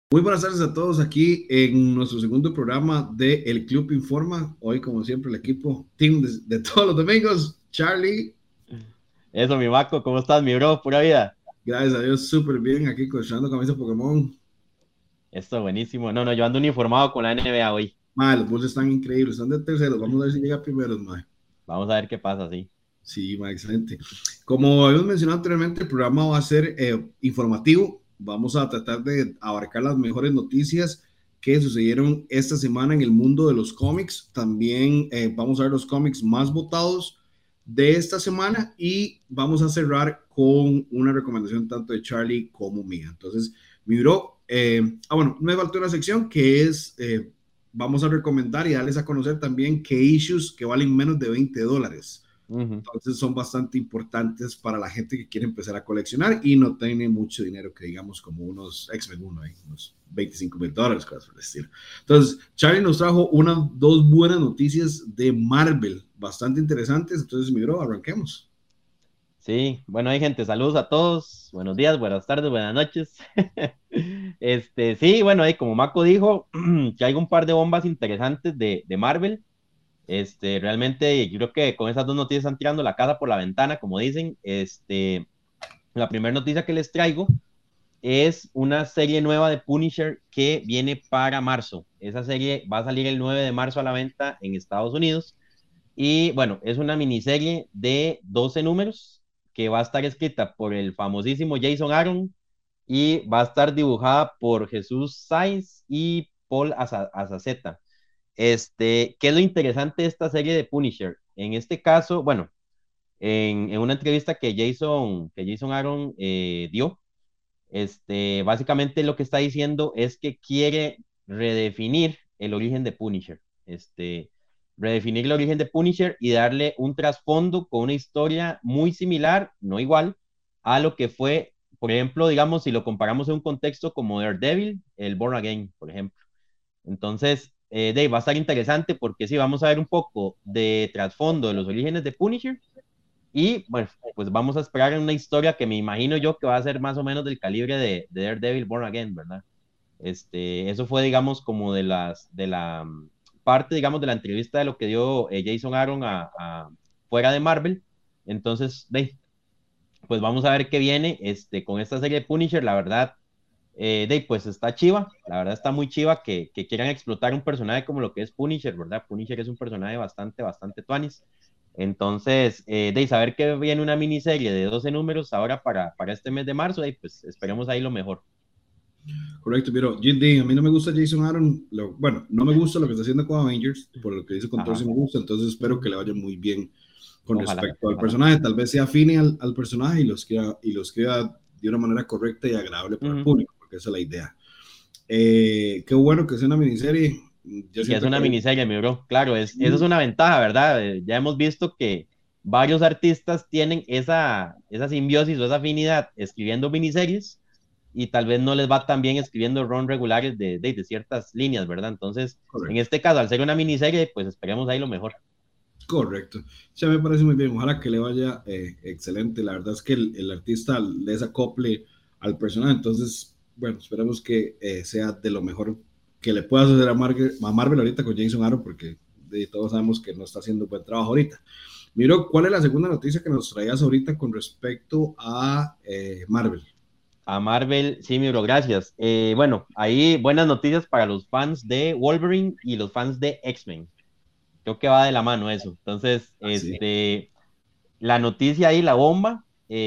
Muy buenas tardes a todos aquí en nuestro segundo programa de El Club Informa. Hoy, como siempre, el equipo team de todos los domingos. Charlie, Eso, mi Maco, ¿cómo estás, mi bro? Pura vida. gracias a Dios, súper bien aquí coleccionando camisas Pokémon. Esto, buenísimo. No, yo ando uniformado con la NBA hoy. Los Bulls están increíbles, están de terceros. Vamos a ver si llega primeros, mae. Vamos a ver qué pasa, sí. Sí, mae, excelente. Como habíamos mencionado anteriormente, el programa va a ser informativo. Vamos a tratar de abarcar las mejores noticias que sucedieron esta semana en el mundo de los cómics. También vamos a ver los cómics más votados de esta semana y vamos a cerrar con una recomendación tanto de Charlie como mía. Entonces, mi bro, bueno, me faltó una sección que es, vamos a recomendar y darles a conocer también qué issues que valen menos de $20. Ujú. Entonces son bastante importantes para la gente que quiere empezar a coleccionar y no tiene mucho dinero, que digamos como unos X-Men 1, unos $25,000, cosas por el estilo. Entonces, Charlie nos trajo dos buenas noticias de Marvel, bastante interesantes. Entonces, mi bro, arranquemos. Sí, bueno, hay gente, saludos a todos. Buenos días, buenas tardes, buenas noches. Sí, bueno, ahí como Mako dijo, que hay un par de bombas interesantes de Marvel. Realmente, yo creo que con esas dos noticias están tirando la casa por la ventana, como dicen. La primera noticia que les traigo es una serie nueva de Punisher que viene para marzo. Esa serie va a salir el 9 de marzo a la venta en Estados Unidos. Y bueno, es una miniserie de 12 números que va a estar escrita por el famosísimo Jason Aaron y va a estar dibujada por Jesús Sáenz y Paul Azaceta. ¿Qué es lo interesante de esta serie de Punisher? En este caso, bueno, en una entrevista que Jason Aaron dio, básicamente lo que está diciendo es que quiere redefinir el origen de Punisher. Redefinir el origen de Punisher y darle un trasfondo con una historia muy similar, no igual, a lo que fue, por ejemplo, digamos, si lo comparamos en un contexto como Daredevil, el Born Again, por ejemplo. Entonces, Dave, va a estar interesante porque sí, vamos a ver un poco de trasfondo de los orígenes de Punisher y bueno, pues vamos a esperar en una historia que me imagino yo que va a ser más o menos del calibre de Daredevil Born Again, ¿verdad? Eso fue, digamos, como de la parte, digamos, de la entrevista de lo que dio Jason Aaron fuera de Marvel. Entonces, pues vamos a ver qué viene con esta serie de Punisher. La verdad, pues está chiva. La verdad está muy chiva que quieran explotar un personaje como lo que es Punisher, ¿verdad? Punisher es un personaje bastante, bastante tuanis. Entonces, saber que viene una miniserie de 12 números ahora para este mes de marzo, pues esperemos ahí lo mejor. Correcto, pero a mí no me gusta Jason Aaron. Bueno, no me gusta lo que está haciendo con Avengers, por lo que dice con Thor sí Ajá, me gusta, entonces espero que le vaya muy bien con ojalá, respecto al ojalá. personaje. Tal vez sea afine al personaje y los crea de una manera correcta y agradable para el Ujú. público, porque esa es la idea. Qué bueno que sea una miniserie. Yo Y que es siento una que miniserie, mi bro. Claro, esa es sí, una ventaja, ¿verdad? Ya hemos visto que varios artistas tienen esa simbiosis o esa afinidad escribiendo miniseries y tal vez no les va tan bien escribiendo ron regulares de ciertas líneas, ¿verdad? Entonces, en correcto, este caso, al ser una miniserie, pues esperemos ahí lo mejor. correcto. Sí, me parece muy bien. Ojalá que le vaya excelente. La verdad es que el artista le desacople al personaje, entonces, bueno, esperemos que sea de lo mejor que le pueda hacer a Marvel ahorita con Jason Aaron, porque todos sabemos que no está haciendo buen trabajo ahorita. Miro, ¿cuál es la segunda noticia que nos traías ahorita con respecto a Marvel? A Marvel, sí, mi bro, gracias. Bueno, ahí buenas noticias para los fans de Wolverine y los fans de X-Men. Creo que va de la mano eso. Entonces, Así. la noticia ahí, la bomba,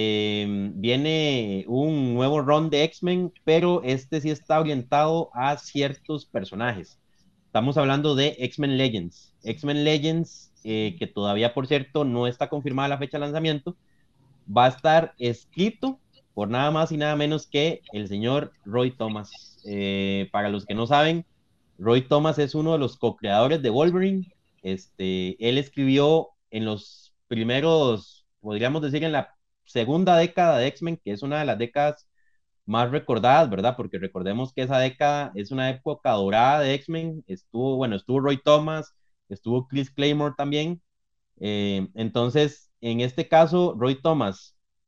viene un nuevo run de X-Men, pero este sí está orientado a ciertos personajes. Estamos hablando de X-Men Legends. X-Men Legends, que todavía, por cierto, no está confirmada la fecha de lanzamiento, va a estar escrito por nada más y nada menos que el señor Roy Thomas. Para los que no saben, Roy Thomas es uno de los co-creadores de Wolverine. Él escribió en los primeros, podríamos decir, en la segunda década de X-Men, que es una de las décadas más recordadas, ¿verdad? Porque recordemos que esa década es una época dorada de X-Men. Estuvo Roy Thomas, estuvo Chris Claymore también. Entonces, en este caso, Roy Thomas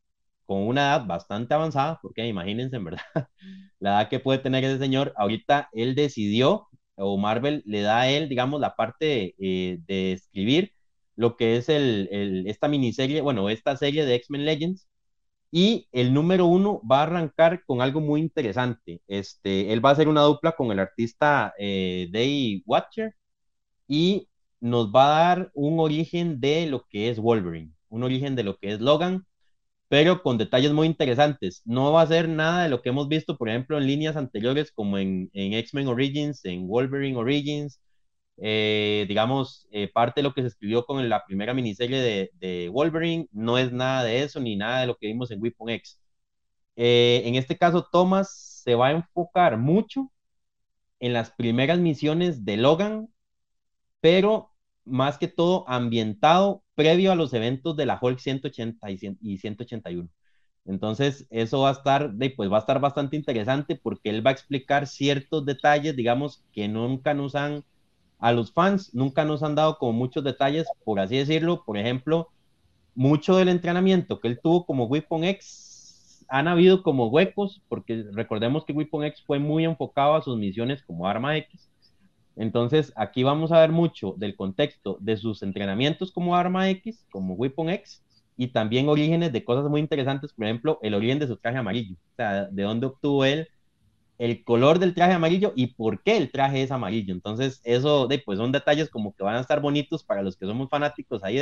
con una edad bastante avanzada, porque imagínense, en verdad, la edad que puede tener ese señor. Ahorita él decidió, o Marvel le da a él, digamos, la parte de escribir lo que es esta miniserie, bueno, esta serie de X-Men Legends, y el número uno va a arrancar con algo muy interesante. Él va a hacer una dupla con el artista Day Watcher y nos va a dar un origen de lo que es Wolverine, un origen de lo que es Logan, pero con detalles muy interesantes. No va a ser nada de lo que hemos visto, por ejemplo, en líneas anteriores, como en X-Men Origins, en Wolverine Origins, digamos, parte de lo que se escribió con la primera miniserie de Wolverine, no es nada de eso, ni nada de lo que vimos en Weapon X. En este caso, Thomas se va a enfocar mucho en las primeras misiones de Logan, pero más que todo ambientado previo a los eventos de la Hulk 180 y 181. Entonces, eso va a estar, pues va a estar bastante interesante porque él va a explicar ciertos detalles, digamos, que nunca nos han, a los fans, nunca nos han dado como muchos detalles, por así decirlo. Por ejemplo, mucho del entrenamiento que él tuvo como Weapon X, han habido como huecos, porque recordemos que Weapon X fue muy enfocado a sus misiones como Arma X. Entonces, aquí vamos a ver mucho del contexto de sus entrenamientos como Arma X, como Weapon X, y también orígenes de cosas muy interesantes, por ejemplo, el origen de su traje amarillo, o sea, de dónde obtuvo él el color del traje amarillo y por qué el traje es amarillo. Entonces, eso, pues son detalles como que van a estar bonitos para los que somos fanáticos ahí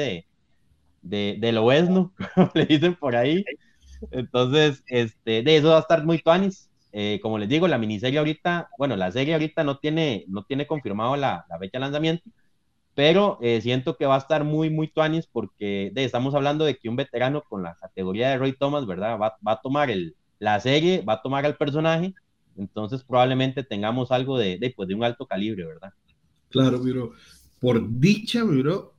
de lo esno, como le dicen por ahí. Entonces, de eso va a estar muy tuanis. Como les digo, la miniserie ahorita, bueno, la serie ahorita no tiene confirmado la fecha de lanzamiento, pero siento que va a estar muy, muy tuanis porque estamos hablando de que un veterano con la categoría de Roy Thomas, ¿verdad? Va a tomar la serie, va a tomar al personaje, entonces probablemente tengamos algo pues, de un alto calibre, ¿verdad? Claro, bro. Por dicha, bro,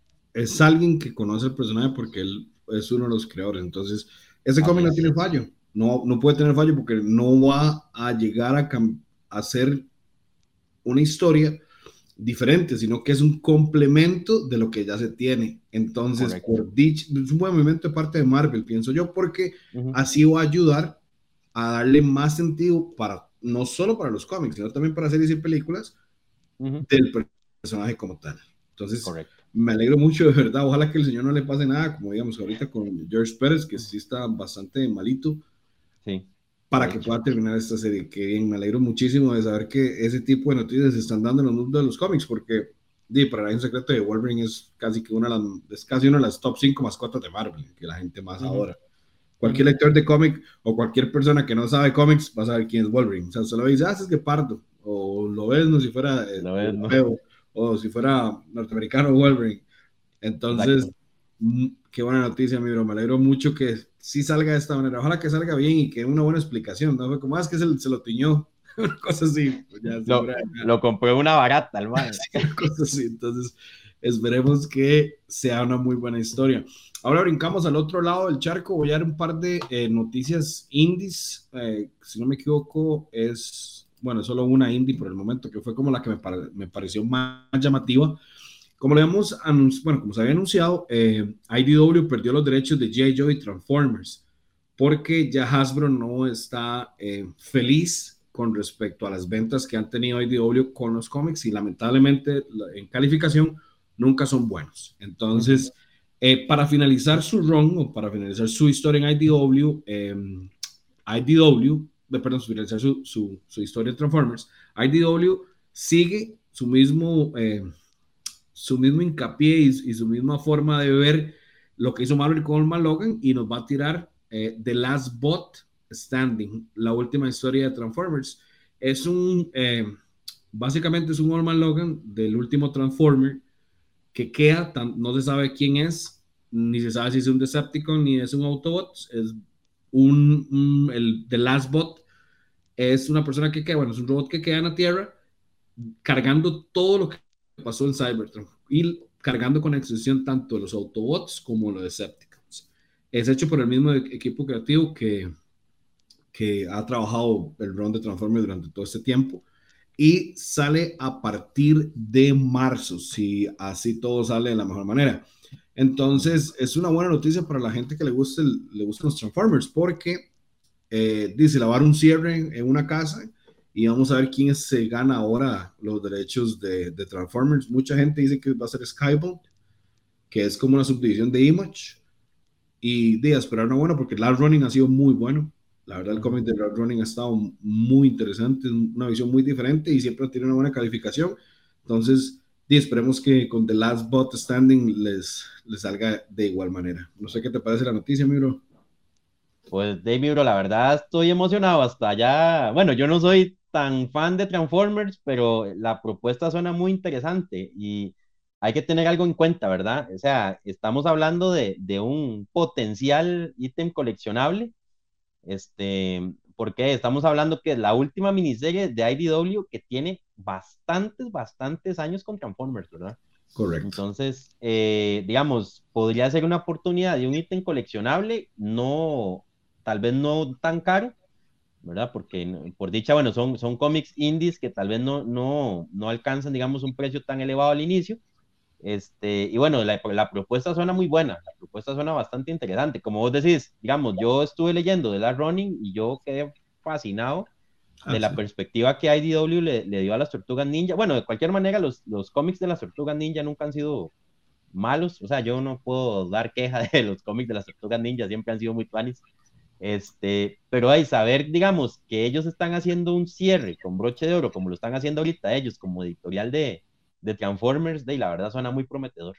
es alguien que conoce el personaje porque él es uno de los creadores. Entonces, ese Así cómic no es, tiene fallo. No, no puede tener fallo porque no va a llegar a ser una historia diferente, sino que es un complemento de lo que ya se tiene. Entonces, correcto. por dicha, es un buen movimiento de parte de Marvel, pienso yo, porque Ujú, así va a ayudar a darle más sentido para, no solo para los cómics, sino también para series y películas ujú, del personaje como tal. Entonces, correcto. me alegro mucho, de verdad. Ojalá que el señor no le pase nada, como digamos ahorita con George Pérez, que sí está bastante malito, Sí, para de que hecho. pueda terminar esta serie. Que bien, me alegro muchísimo de saber que ese tipo de noticias se están dando en el mundo de los cómics, porque para nadie un secreto de Wolverine es casi que es casi una de las top 5 mascotas de Marvel, que la gente más Ujú, ahora. Cualquier ujú, lector de cómic o cualquier persona que no sabe cómics va a saber quién es Wolverine. O sea, solo dice, es que pardo, o lo ves, no si fuera lo ves, ¿no? europeo, o si fuera norteamericano Wolverine. Entonces, Exacto. qué buena noticia, mi bro. Me alegro mucho que sí salga de esta manera. Ojalá que salga bien y que una buena explicación. No fue como, es que se lo tiñó. Una cosa así. Pues ya, si Lo, fuera lo compré una barata, el mae. una cosa así. Entonces, esperemos que sea una muy buena historia. Ahora brincamos al otro lado del charco. Voy a dar un par de noticias indies. Si no me equivoco, bueno, solo una indie por el momento, que fue como la que me pareció más llamativa. Como bueno, como se había anunciado, IDW perdió los derechos de G.I. Joe y Transformers porque ya Hasbro no está feliz con respecto a las ventas que han tenido IDW con los cómics y lamentablemente en calificación nunca son buenos. Ujú, Entonces, para finalizar su run o para finalizar su historia en IDW, perdón, finalizar su historia en Transformers, IDW sigue su mismo hincapié y su misma forma de ver lo que hizo Marvel con Olman Logan y nos va a tirar The Last Bot Standing, la última historia de Transformers. Es básicamente es un Olman Logan del último Transformer que queda, no se sabe quién es, ni se sabe si es un Decepticon ni es un Autobot, es el The Last Bot, es una persona que queda, bueno, es un robot que queda en la Tierra cargando todo lo que pasó en Cybertron y cargando con excepción tanto los Autobots como los Decepticons. Es hecho por el mismo equipo creativo que ha trabajado el run de Transformers durante todo este tiempo y sale a partir de marzo, si así todo sale de la mejor manera. Entonces, es una buena noticia para la gente que le gustan los Transformers, porque dice, lavar un cierre en una casa y vamos a ver quién se gana ahora los derechos de Transformers. Mucha gente dice que va a ser Skybound, que es como una subdivisión de Image, y de esperar una buena, porque Last Running ha sido muy bueno. La verdad, el cómic de Last Running ha estado muy interesante, una visión muy diferente y siempre tiene una buena calificación. Entonces, esperemos que con The Last Bot Standing les salga de igual manera. No sé qué te parece la noticia, mi bro. Pues, David, bro, la verdad estoy emocionado hasta allá. Bueno, yo no soy tan fan de Transformers, pero la propuesta suena muy interesante y hay que tener algo en cuenta, ¿verdad? O sea, estamos hablando de un potencial ítem coleccionable, porque estamos hablando que es la última miniserie de IDW que tiene bastantes años con Transformers, ¿verdad? Correcto. Entonces, digamos, podría ser una oportunidad de un ítem coleccionable, no, tal vez no tan caro, ¿verdad? Porque por dicha, bueno, son cómics indies que tal vez no alcanzan, digamos, un precio tan elevado al inicio. Y bueno, la propuesta suena muy buena, la propuesta suena bastante interesante. Como vos decís, digamos, yo estuve leyendo de la Running y yo quedé fascinado de Ah, la sí. perspectiva que IDW le dio a las Tortugas Ninja. Bueno, de cualquier manera, los cómics de las Tortugas Ninja nunca han sido malos. O sea, yo no puedo dar queja de los cómics de las Tortugas Ninja, siempre han sido muy tuanis. Pero hay saber, digamos, que ellos están haciendo un cierre con broche de oro, como lo están haciendo ahorita ellos, como editorial de Transformers, la verdad suena muy prometedor.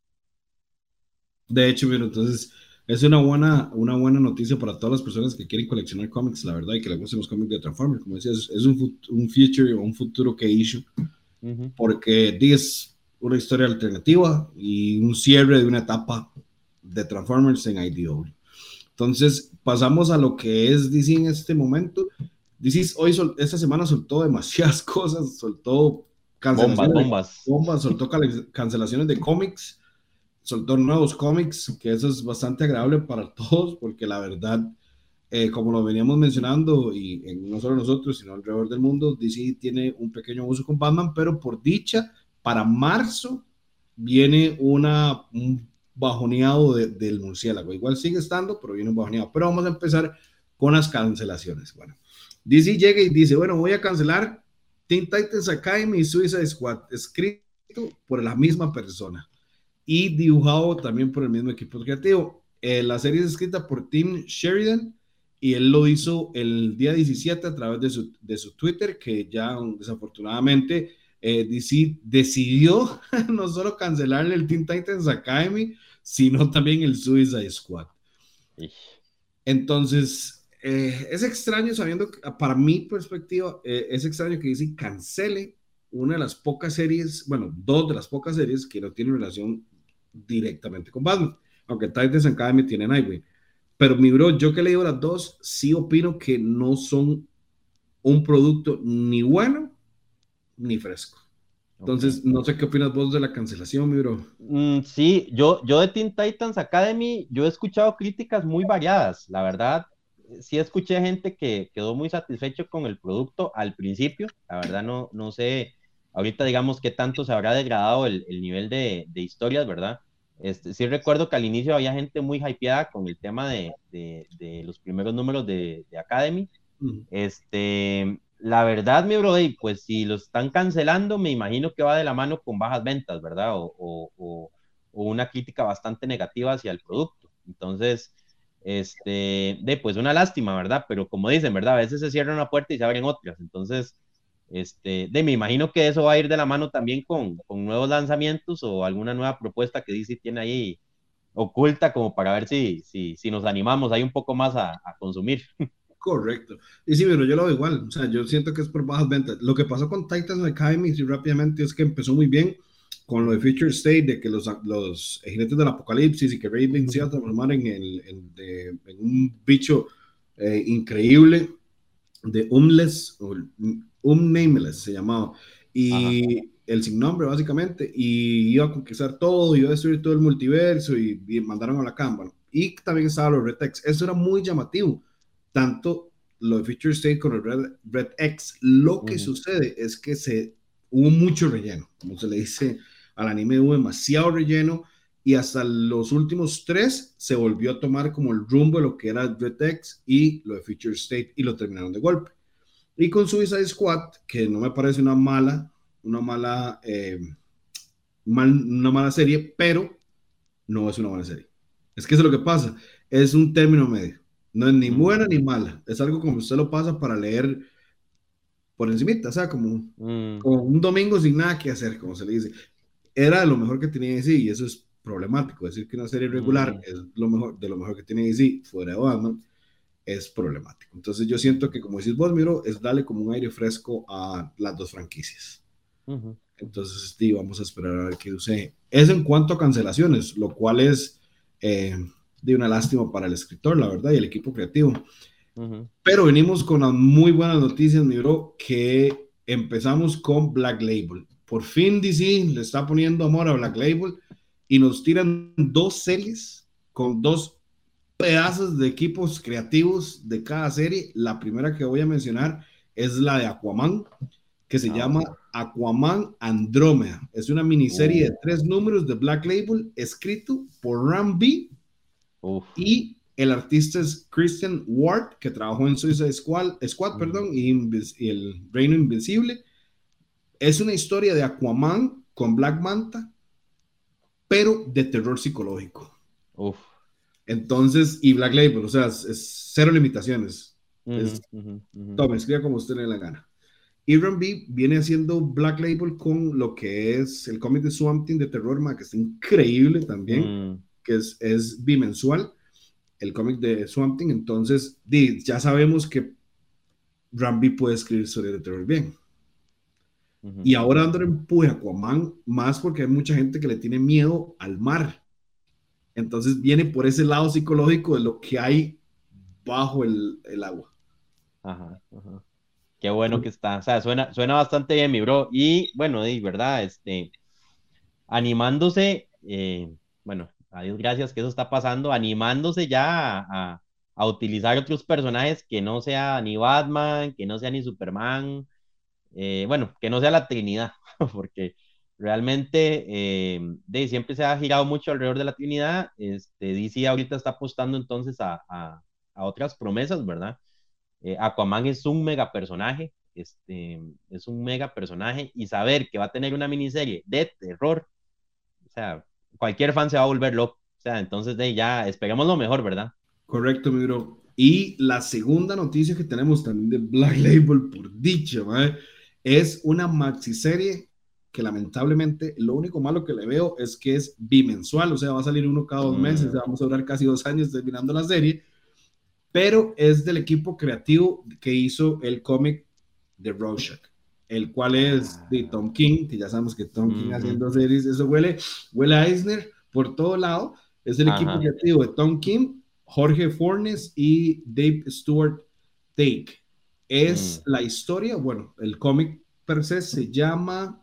De hecho, mira, entonces es una buena noticia para todas las personas que quieren coleccionar cómics, la verdad, y que les gusten los cómics de Transformers. Como decías, es un future o un futuro que issue, Uh -huh. porque es una historia alternativa y un cierre de una etapa de Transformers en IDW. Entonces, pasamos a lo que es DC en este momento. DC hoy, esta semana soltó demasiadas cosas, soltó Bombas, cancelaciones de bombas. bombas, soltó cancelaciones de cómics, soltó nuevos cómics, que eso es bastante agradable para todos, porque la verdad, como lo veníamos mencionando, y no solo nosotros, sino alrededor del mundo, DC tiene un pequeño uso con Batman, pero por dicha, para marzo viene un bajoneado del murciélago. Igual sigue estando, pero viene un bajoneado. Pero vamos a empezar con las cancelaciones. Bueno, DC llega y dice, bueno, voy a cancelar Teen Titans Academy y Suicide Squad, escrito por la misma persona y dibujado también por el mismo equipo creativo. La serie es escrita por Tim Sheridan y él lo hizo el día 17 a través de su Twitter, que ya desafortunadamente DC decidió no solo cancelarle el Teen Titans Academy, sino también el Suicide Squad. Ish. Entonces, es extraño sabiendo, para mi perspectiva, es extraño que DC cancele una de las pocas series, bueno, dos de las pocas series que no tienen relación directamente con Batman, aunque Titans Academy tiene Nightwing. Pero mi bro, yo que he leído las dos, sí opino que no son un producto ni bueno ni fresco. Ok. Entonces, no sé qué opinas vos de la cancelación, mi bro. Sí, yo de Teen Titans Academy, yo he escuchado críticas muy variadas, la verdad, sí escuché gente que quedó muy satisfecho con el producto al principio, la verdad no sé, ahorita digamos qué tanto se habrá degradado el nivel de historias, ¿verdad? Sí recuerdo que al inicio había gente muy hypeada con el tema de los primeros números de Academy. Mm. La verdad, mi brother, pues si lo están cancelando, me imagino que va de la mano con bajas ventas, ¿verdad? O una crítica bastante negativa hacia el producto. Entonces, pues una lástima, ¿verdad? Pero como dicen, ¿verdad? A veces se cierra una puerta y se abren otras. Entonces, me imagino que eso va a ir de la mano también con nuevos lanzamientos o alguna nueva propuesta que DC tiene ahí oculta como para ver si nos animamos ahí un poco más a consumir. Correcto. Y sí, pero yo lo veo igual. O sea, yo siento que es por bajas ventas. Lo que pasó con Titans Academy, sí, rápidamente, es que empezó muy bien con lo de Future State, de que los jinetes del apocalipsis y que Raven se iba a transformar en un bicho increíble de Nameless se llamaba. Ajá. Y el sin nombre, básicamente, y iba a conquistar todo, iba a destruir todo el multiverso y mandaron a la cámara. Y también estaba los Red X. Eso era muy llamativo tanto lo de Future State con el Red X. Lo que Ujú. sucede es que hubo mucho relleno, como se le dice al anime, hubo demasiado relleno y hasta los últimos tres se volvió a tomar como el rumbo de lo que era DreadX y lo de Future State y lo terminaron de golpe. Y con Suicide Squad, que no me parece una mala, una mala serie, pero no es una buena serie. Es que eso es lo que pasa, es un término medio, no es ni buena ni mala, es algo como usted lo pasa para leer por encimita, o sea, como un domingo sin nada que hacer, como se le dice. Era lo mejor que tenía DC y eso es problemático. Decir que una serie regular es lo mejor, de lo mejor que tiene DC fuera de Batman es problemático. Entonces yo siento que, como decís vos, Miro, es darle como un aire fresco a las dos franquicias. Entonces, sí, vamos a esperar a ver qué sucede. Es en cuanto a cancelaciones, lo cual es de una lástima para el escritor, la verdad, y el equipo creativo. Pero venimos con las muy buenas noticias, mi bro, que empezamos con Black Label. Por fin DC le está poniendo amor a Black Label y nos tiran dos series con dos pedazos de equipos creativos de cada serie. La primera que voy a mencionar es la de Aquaman, que se llama Aquaman Andrómeda. Es una miniserie de 3 números de Black Label, escrito por Ram B. Y el artista es Christian Ward, que trabajó en Suicide Squad, y el Reino Invencible. Es una historia de Aquaman con Black Manta, pero de terror psicológico. Entonces, y Black Label, o sea, es cero limitaciones. Tome, escriba como usted le dé la gana. Iron B viene haciendo Black Label con lo que es el cómic de Swamp Thing de terror, que está increíble también, que es bimensual, el cómic de Swamp Thing. Entonces, ya sabemos que Rambi puede escribir historias de terror bien. Y ahora dándole empuje a Aquaman, más porque hay mucha gente que le tiene miedo al mar. Entonces viene por ese lado psicológico de lo que hay bajo el agua. Qué bueno que está, o sea, suena bastante bien, mi bro. Y bueno, de verdad, animándose, bueno, a Dios gracias que eso está pasando, animándose ya a utilizar otros personajes que no sea ni Batman, que no sea ni Superman, bueno, que no sea la Trinidad, porque realmente siempre se ha girado mucho alrededor de la Trinidad. DC ahorita está apostando entonces a otras promesas, ¿verdad? Aquaman es un mega personaje, es un mega personaje, y saber que va a tener una miniserie de terror, o sea, cualquier fan se va a volver loco. O sea, entonces ya esperemos lo mejor, ¿verdad? Correcto, mi bro. Y la segunda noticia que tenemos también de Black Label, por dicha, es una maxiserie que lamentablemente lo único malo que le veo es que es bimensual, o sea, va a salir uno cada 2 meses, vamos a durar casi 2 años terminando la serie, pero es del equipo creativo que hizo el cómic de Rorschach, el cual es de Tom King, que ya sabemos que Tom King haciendo series, eso huele a Eisner por todo lado. Es el equipo creativo de Tom King, Jorge Fornes y Dave Stewart Take. Es la historia, bueno, el cómic per se se llama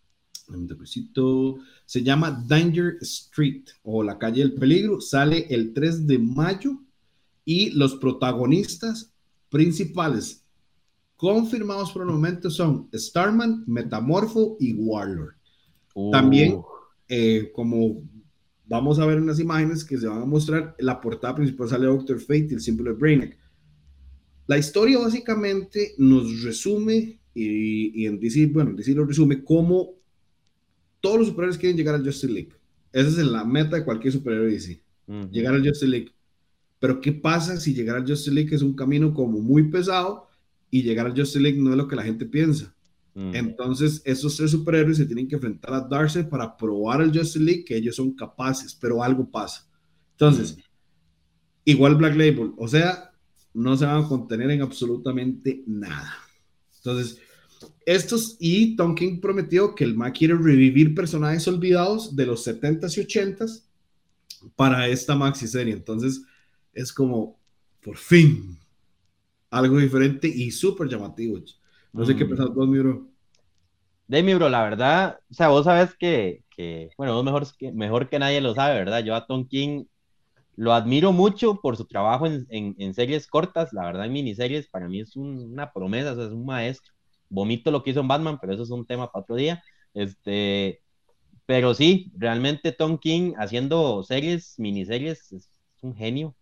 Danger Street o La Calle del Peligro. Sale el 3 de mayo y los protagonistas principales confirmados por el momento son Starman, Metamorfo y Warlord. También, como vamos a ver en las imágenes que se van a mostrar, la portada principal sale Doctor Fate y el símbolo de Brainiac. La historia básicamente nos resume, y en DC, bueno, DC lo resume como todos los superhéroes quieren llegar al Justice League. Esa es la meta de cualquier superhéroe DC, llegar al Justice League. Pero ¿qué pasa si llegar al Justice League es un camino como muy pesado y llegar al Justice League no es lo que la gente piensa? Entonces, esos 3 superhéroes se tienen que enfrentar a Darkseid para probar al Justice League que ellos son capaces, pero algo pasa. Entonces, igual Black Label, o sea, no se van a contener en absolutamente nada. Entonces, y Tom King prometió que el MA quiere revivir personajes olvidados de los 70s y 80s para esta maxi serie. Entonces, es como, por fin, algo diferente y súper llamativo. No sé qué pensás vos, mi bro. Mi bro, la verdad, o sea, vos sabes bueno, vos mejor que nadie lo sabe, ¿verdad? Yo a Tom King lo admiro mucho por su trabajo en series cortas, la verdad, en miniseries, para mí es una promesa, o sea, es un maestro. Vomito lo que hizo en Batman, pero eso es un tema para otro día. Pero sí, realmente Tom King haciendo series, miniseries, es un genio.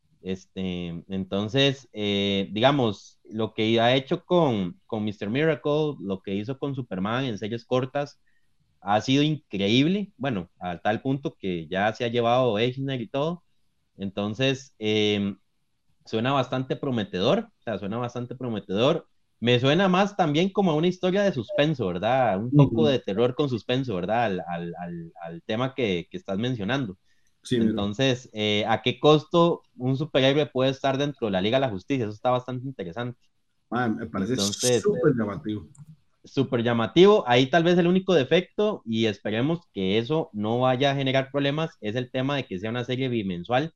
Entonces, digamos, lo que ha hecho con Mr. Miracle, lo que hizo con Superman en series cortas, ha sido increíble. Bueno, a tal punto que ya se ha llevado Eisner y todo. Entonces, suena bastante prometedor, o sea, suena bastante prometedor. Me suena más también como a una historia de suspenso, ¿verdad? Un poco Ujú. de terror con suspenso, ¿verdad? Al tema que estás mencionando. Sí, miro. Entonces, ¿a qué costo un superhéroe puede estar dentro de la Liga de la Justicia? Eso está bastante interesante. Me parece Entonces, súper llamativo. súper llamativo. Ahí tal vez el único defecto, y esperemos que eso no vaya a generar problemas, es el tema de que sea una serie bimensual.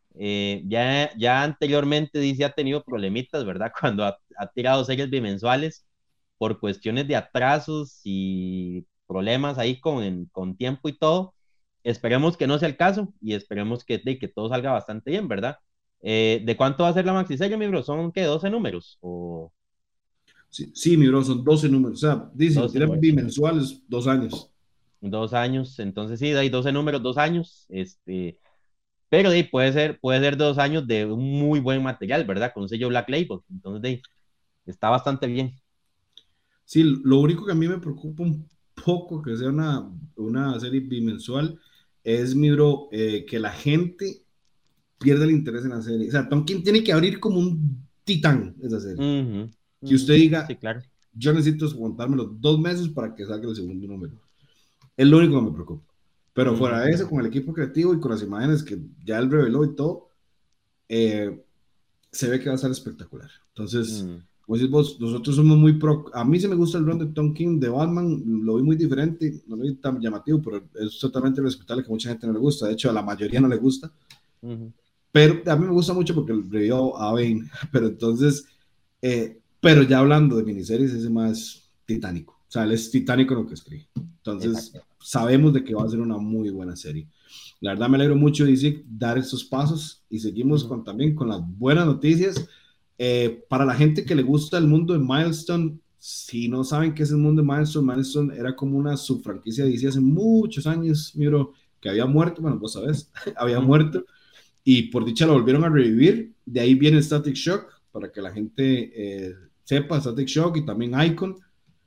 Ya anteriormente DC ha tenido problemitas, ¿verdad? Cuando ha tirado series bimensuales por cuestiones de atrasos y problemas ahí con tiempo y todo. Esperemos que no sea el caso y esperemos que todo salga bastante bien, ¿verdad? ¿De cuánto va a ser la maxiserie, mi bro? ¿Son qué, 12 números o Sí, sí, mi bro, son 12 números. O sea, dice, lo 12 tiran números? bimensuales, 2 años. 2 años, entonces sí, hay 12 números, 2 años, pero puede ser 2 años de un muy buen material, ¿verdad? Con un sello Black Label, entonces está bastante bien. Sí, lo único que a mí me preocupa un poco que sea una serie bimensual es, mi bro, que la gente pierda el interés en la serie. O sea, Tonkin tiene que abrir como un titán esa serie. Ujú, Que usted ujú, sí, diga, claro. yo necesito aguantármelo 2 meses para que salga el segundo número. Es lo único que me preocupa. Pero fuera Ujú, de eso, con el equipo creativo y con las imágenes que ya él reveló y todo, eh, se ve que va a ser espectacular. Entonces, mm, como decís vos, nosotros somos muy pro. A mí se me gusta el run de Tom King de Batman, lo vi muy diferente, no lo vi tan llamativo, pero es totalmente respetable que mucha gente no le gusta. De hecho, a la mayoría no le gusta. ujú, Pero a mí me gusta mucho porque revivió a Bane. Pero entonces, pero ya hablando de miniseries, ese más es titánico. O sea, él es titánico en lo que escribe. Entonces, exacto. sabemos de que va a ser una muy buena serie. La verdad me alegro mucho, DC, dar estos pasos y seguimos Ujú, también con las buenas noticias. Para la gente que le gusta el mundo de Milestone, si no saben qué es el mundo de Milestone, Milestone era como una subfranquicia de DC hace muchos años, miro, que había muerto, bueno, vos sabés, había ujú, muerto y por dicha lo volvieron a revivir. De ahí viene Static Shock, para que la gente sepa, Static Shock y también Icon,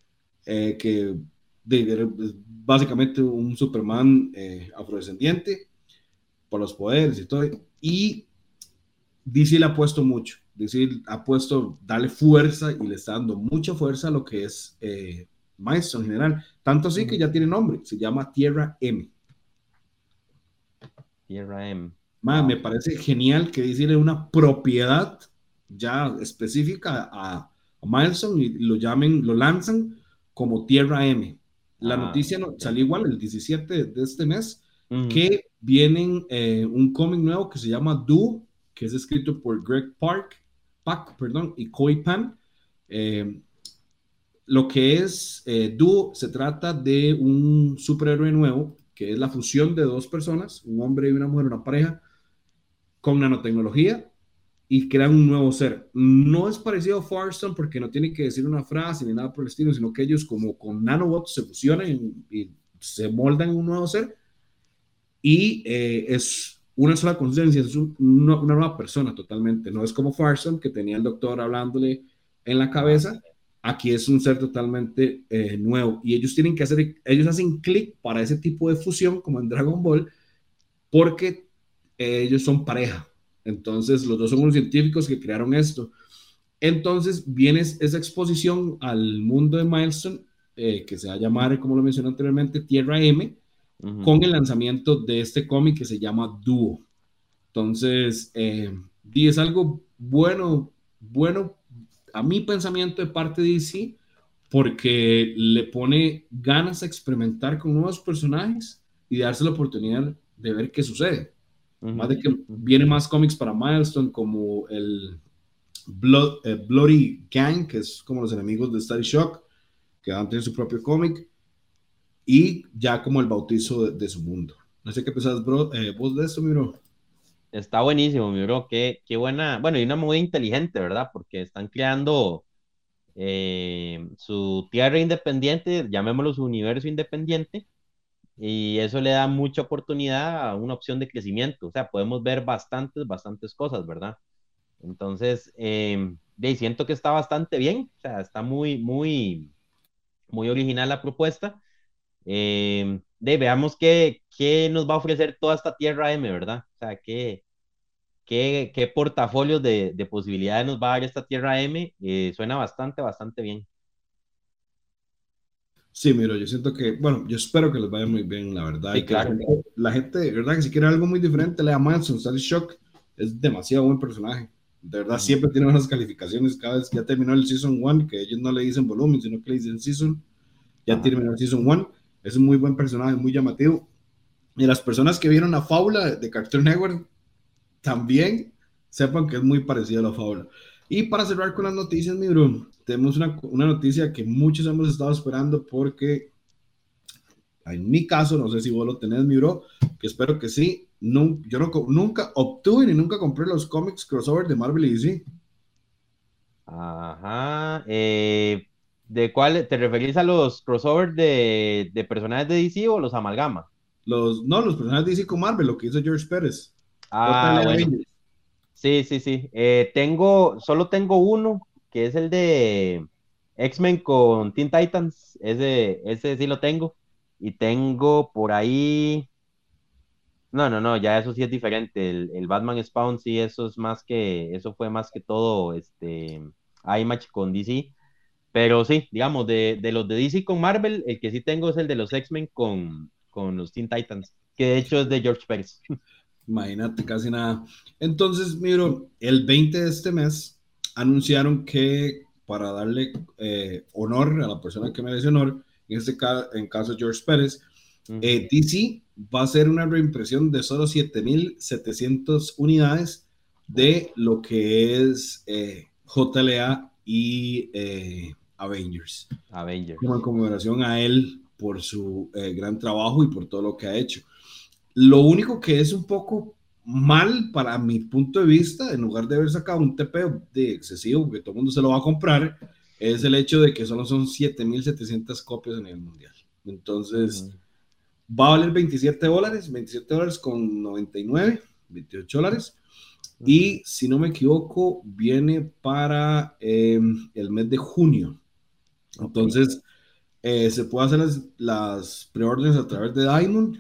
que es básicamente un Superman afrodescendiente por los poderes y todo. Y DC le ha puesto mucho. DC ha puesto darle fuerza y le está dando mucha fuerza a lo que es Maestro en general. Tanto así que ujú. ya tiene nombre, se llama Tierra M. Tierra M. Me Wow. parece genial que DC le dé una propiedad ya específica a Milestone y lo llamen, lo lanzan como Tierra M. La Ah, noticia ok. salió igual el 17 de este mes, Ujú, que vienen un cómic nuevo que se llama Duo, que es escrito por Greg Pak, perdón, y Koi Pan. Eh, lo que es Duo se trata de un superhéroe nuevo, que es la fusión de dos personas, un hombre y una mujer, una pareja, con nanotecnología y crean un nuevo ser. No es parecido a Farston porque no tiene que decir una frase ni nada por el estilo, sino que ellos como con nanobots se fusionan y se moldan en un nuevo ser y es una sola conciencia, es una nueva persona totalmente. No es como Farston que tenía el doctor hablándole en la ah, cabeza. Aquí es un ser totalmente nuevo y ellos tienen que hacer, ellos hacen clic para ese tipo de fusión como en Dragon Ball porque ellos son pareja. Entonces, los dos son unos científicos que crearon esto. Entonces, viene esa exposición al mundo de Milestone, que se va a llamar, como lo mencioné anteriormente, Tierra M, ujú. con el lanzamiento de este cómic que se llama Duo. Entonces, y es algo bueno, bueno, a mi pensamiento de parte de DC, porque le pone ganas a experimentar con nuevos personajes y darse la oportunidad de ver qué sucede. Más Ujú, de que ujú. viene más cómics para Milestone, como el Bloody Gang, que es como los enemigos de Static Shock, que van a tener su propio cómic, y ya como el bautizo de su mundo. No sé qué pensás, bro, vos de esto, mi bro. Está buenísimo, mi bro. Qué buena. Bueno, y una muy inteligente, ¿verdad? Porque están creando su tierra independiente, llamémoslo su universo independiente, y eso le da mucha oportunidad a una opción de crecimiento. O sea, podemos ver bastantes cosas, ¿verdad? Entonces, siento que está bastante bien, o sea, está muy original la propuesta. Veamos qué nos va a ofrecer toda esta Tierra M, ¿verdad? O sea, qué portafolios de posibilidades nos va a dar esta Tierra M. Suena bastante bien. Sí, miro, yo siento que, bueno, yo espero que les vaya muy bien, la verdad, y Sí, que claro. la gente, de verdad, que si quiere algo muy diferente, lea Manson, Sally Shock, es demasiado buen personaje. De verdad, Ujú. siempre tiene buenas calificaciones. Cada vez que ya terminó el Season 1, que ellos no le dicen volumen, sino que le dicen Season, ya Ajá. terminó el Season 1. Es un muy buen personaje, muy llamativo. Y las personas que vieron la fábula de Cartoon Network también sepan que es muy parecido a la fábula. Y para cerrar con las noticias, mi bro, tenemos una noticia que muchos hemos estado esperando porque en mi caso, no sé si vos lo tenés, mi bro, que espero que sí. No, yo no, nunca obtuve ni nunca compré los cómics crossover de Marvel y DC. Ajá. ¿De cuál te referís a los crossovers de personajes de DC o los amalgama? No, los personajes de DC con Marvel, lo que hizo George Pérez. Ah, JL bueno. Avengers. Sí. Solo tengo uno, que es el de X-Men con Teen Titans. Ese sí lo tengo. Y tengo por ahí. No, ya eso sí es diferente. El Batman Spawn, sí, eso fue más que todo, iMatch con DC. Pero sí, digamos, de los de DC con Marvel, el que sí tengo es el de los X-Men con los Teen Titans, que de hecho es de George Pérez. Imagínate, casi nada. Entonces, miro, el 20 de este mes anunciaron que para darle honor a la persona que merece honor, en caso George Pérez, Ujú. DC va a hacer una reimpresión de solo 7.700 unidades de lo que es JLA y Avengers, como en Avengers. conmemoración a él por su gran trabajo y por todo lo que ha hecho. Lo único que es un poco mal para mi punto de vista, en lugar de haber sacado un TP de excesivo, que todo el mundo se lo va a comprar, es el hecho de que solo son 7.700 copias en el mundial. Entonces, Ujú. va a valer $27, $27 con 99, $28. Ujú. Y si no me equivoco, viene para el mes de junio. Ok. Entonces, se puede hacer las preórdenes a través de Diamond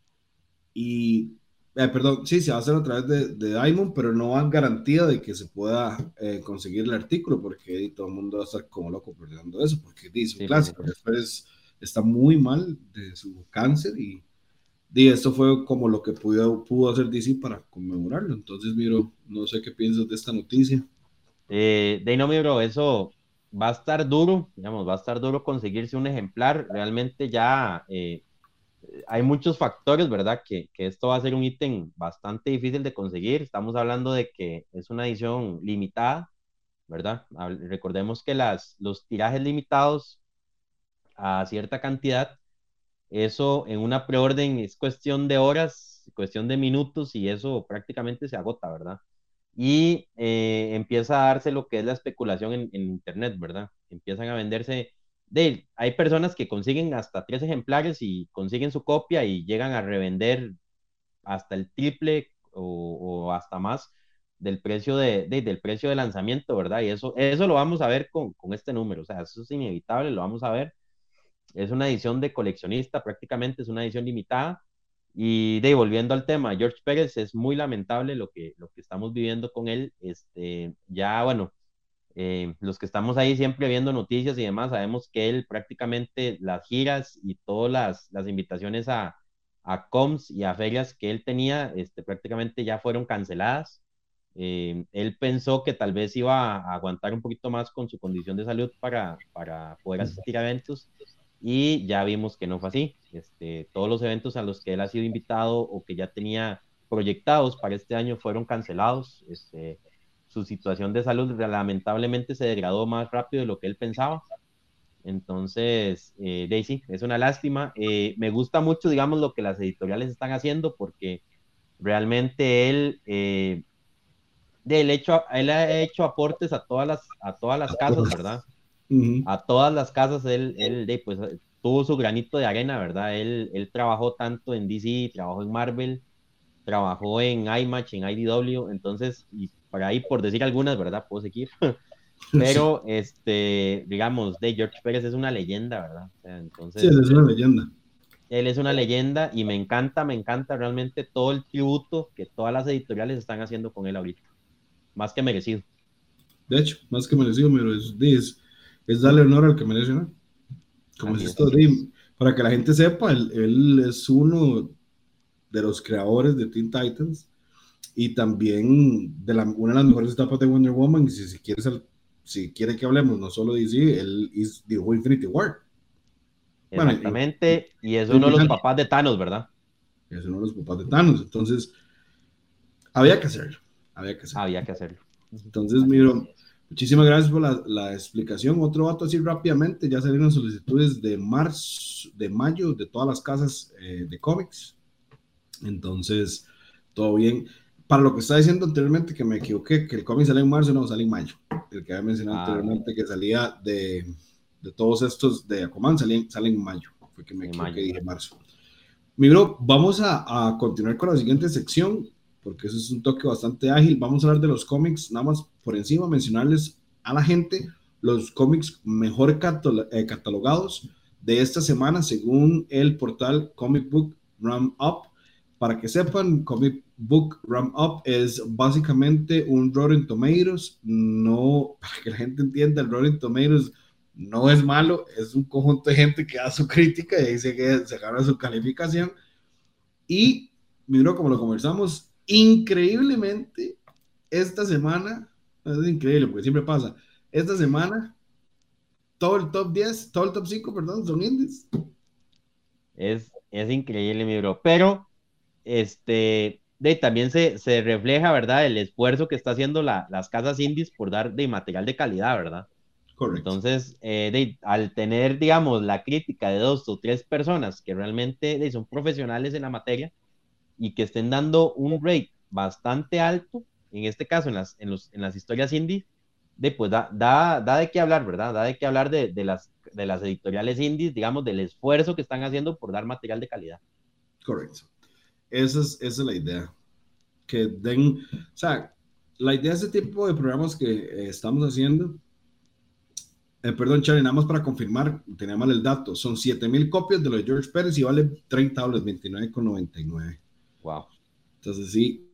y, perdón, sí, se va a hacer a través de Diamond, pero no hay garantía de que se pueda conseguir el artículo, porque todo el mundo va a estar como loco perdiendo eso, porque dice, un Sí, por clásico, supuesto. después está muy mal de su cáncer y esto fue como lo que pudo hacer DC para conmemorarlo. Entonces, miro, no sé qué piensas de esta noticia. No, mi bro, eso va a estar duro, digamos, va a estar duro conseguirse un ejemplar. Realmente ya hay muchos factores, ¿verdad? Que esto va a ser un ítem bastante difícil de conseguir. Estamos hablando de que es una edición limitada, ¿verdad? Recordemos que los tirajes limitados a cierta cantidad, eso en una preorden es cuestión de horas, cuestión de minutos y eso prácticamente se agota, ¿verdad? Y empieza a darse lo que es la especulación en Internet, ¿verdad? Empiezan a venderse, hay personas que consiguen hasta 3 ejemplares y consiguen su copia y llegan a revender hasta el triple o hasta más del precio del precio de lanzamiento, ¿verdad? Y eso lo vamos a ver con este número, o sea, eso es inevitable, lo vamos a ver. Es una edición de coleccionista, prácticamente es una edición limitada. Y volviendo al tema, George Pérez, es muy lamentable lo que estamos viviendo con él. Ya, bueno, los que estamos ahí siempre viendo noticias y demás, sabemos que él prácticamente las giras y todas las invitaciones a coms y a ferias que él tenía, prácticamente ya fueron canceladas. Él pensó que tal vez iba a aguantar un poquito más con su condición de salud para poder asistir a eventos y ya vimos que no fue así. Todos los eventos a los que él ha sido invitado o que ya tenía proyectados para este año fueron cancelados. Su situación de salud lamentablemente se degradó más rápido de lo que él pensaba. Entonces, Daisy, es una lástima. Me gusta mucho, digamos, lo que las editoriales están haciendo porque realmente él ha hecho aportes a todas las casas, ¿verdad? A todas las casas pues, tuvo su granito de arena, ¿verdad? Él trabajó tanto en DC, trabajó en Marvel, trabajó en IMAX, en IDW, entonces, y por ahí, por decir algunas, ¿verdad? Puedo seguir. Sí, Pero, digamos, de George Pérez es una leyenda, ¿verdad? O sea, sí, él entonces, es una leyenda. él es una leyenda y me encanta realmente todo el tributo que todas las editoriales están haciendo con él ahorita. Más que merecido. De hecho, más que merecido, pero es darle honor al que merece, ¿no? Como es Así esto, es. para que la gente sepa, él es uno de los creadores de Teen Titans y también de una de las mejores etapas de Wonder Woman. Y si quiere que hablemos no solo de DC, dibujó Infinity War. Bueno, Exactamente. Y es Green uno de los Lantern papás de Thanos, ¿verdad? es uno de los papás de Thanos. Entonces, había que hacerlo. Había que hacerlo. Había que hacerlo. Ujú. Entonces, Así es. miro, muchísimas gracias por la explicación. Otro dato así rápidamente, ya salieron solicitudes de marzo, de mayo, de todas las casas de cómics. Entonces, todo bien. Para lo que estaba diciendo anteriormente, que me equivoqué, que el cómic sale en marzo, no, sale en mayo. El que había mencionado Ah, ok. anteriormente, que salía de todos estos de Aquaman, sale en mayo. Fue que me En equivoqué, mayo. dije marzo. Mi bro, vamos a continuar con la siguiente sección, porque eso es un toque bastante ágil. Vamos a hablar de los cómics, nada más por encima, mencionarles a la gente los cómics mejor catalogados de esta semana según el portal Comic Book Roundup. Para que sepan, Comic Book Roundup es básicamente un Rotten Tomatoes, no, para que la gente entienda, el Rotten Tomatoes no es malo, es un conjunto de gente que da su crítica y dice que se gana su calificación. Y, miro como lo conversamos, increíblemente, esta semana, es increíble porque siempre pasa, esta semana, todo el top 10 todo el top 5 perdón, son indies. Es increíble, mi bro. Pero, también se refleja, ¿verdad? El esfuerzo que está haciendo las casas indies por dar de material de calidad, ¿verdad? Correcto. Entonces, al tener, digamos, la crítica de dos o tres personas que realmente son profesionales en la materia y que estén dando un rate bastante alto, en este caso en las historias indie, pues da de qué hablar, ¿verdad? Da de qué hablar de las editoriales indies, digamos, del esfuerzo que están haciendo por dar material de calidad. Correcto. Esa es la idea. Que den, o sea, la idea de este tipo de programas que estamos haciendo, perdón, Charlie, nada más para confirmar, tenía mal el dato, son 7,000 copias de los George Pérez y vale $30, 29,99. Wow. Entonces, sí,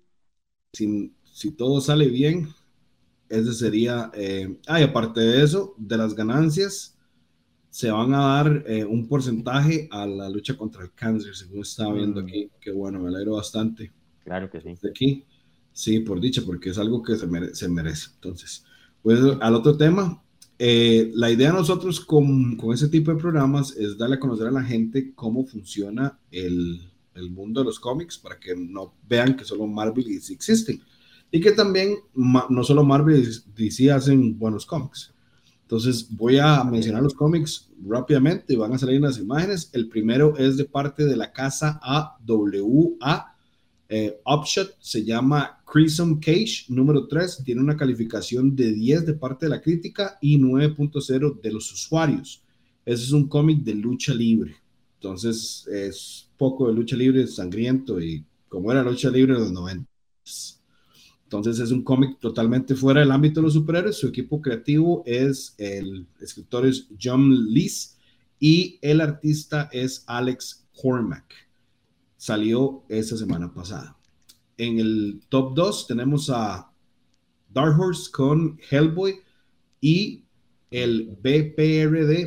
si todo sale bien, ese sería, y aparte de eso, de las ganancias, se van a dar un porcentaje a la lucha contra el cáncer, según estaba viendo aquí. Qué bueno, me alegro bastante. Claro que sí. De aquí, sí, por dicha, porque es algo que se merece. Entonces, pues al otro tema, la idea de nosotros con ese tipo de programas es darle a conocer a la gente cómo funciona el mundo de los cómics para que no vean que solo Marvel y DC existen. Y que también no solo Marvel y DC hacen buenos cómics. Entonces voy a Así mencionar es. los cómics rápidamente y van a salir en las imágenes. El primero es de parte de la casa AWA. Upshot, se llama Crimson Cage, número 3, tiene una calificación de 10 de parte de la crítica y 9.0 de los usuarios. Ese es un cómic de lucha libre. Entonces es poco de lucha libre, sangriento y como era lucha libre en los 90. Entonces es un cómic totalmente fuera del ámbito de los superhéroes. Su equipo creativo es el escritor es John Lees y el artista es Alex Cormack. Salió esa semana pasada. En el top 2 tenemos a Dark Horse con Hellboy y el BPRD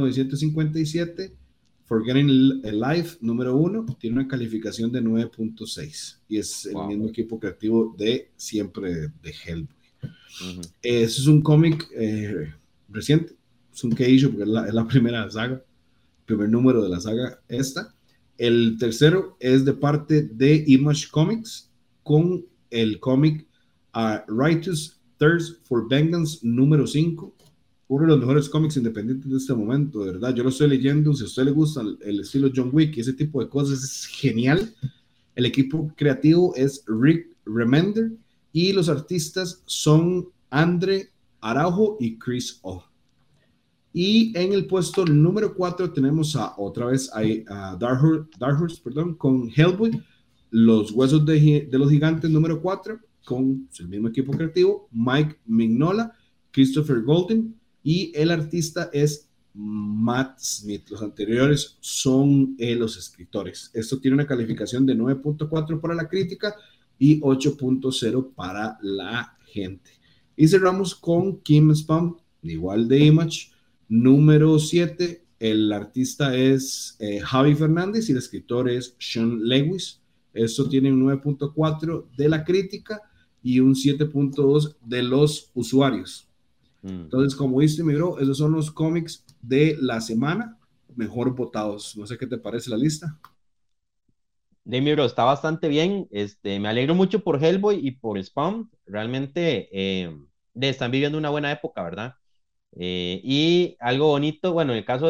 1957 Forgetting Life número 1 tiene una calificación de 9.6 y es el Wow. mismo equipo creativo de siempre de Hellboy. Ujú. Ese es un cómic reciente, es un que-issue porque es la primera saga, primer número de la saga esta. El tercero es de parte de Image Comics con el cómic Righteous Thirst for Vengeance número 5, uno de los mejores cómics independientes de este momento, de verdad. Yo lo estoy leyendo, si a usted le gusta el estilo John Wick y ese tipo de cosas, es genial. El equipo creativo es Rick Remender y los artistas son Andre Araujo y Chris O. Y en el puesto número 4 tenemos otra vez a Dark Horse, perdón, con Hellboy, Los Huesos de los Gigantes número 4, con el mismo equipo creativo, Mike Mignola, Christopher Golden, y el artista es Matt Smith. Los anteriores son los escritores. Esto tiene una calificación de 9.4 para la crítica y 8.0 para la gente. Y cerramos con Kim Spam, igual de Image, número 7. El artista es Javi Fernández y el escritor es Sean Lewis. Esto tiene un 9.4 de la crítica y un 7.2 de los usuarios. Entonces, como viste, mi bro, esos son los cómics de la semana mejor votados. No sé qué te parece la lista. De mi bro, está bastante bien. Me alegro mucho por Hellboy y por Spawn. Realmente están viviendo una buena época, ¿verdad? Y algo bonito, bueno, en el caso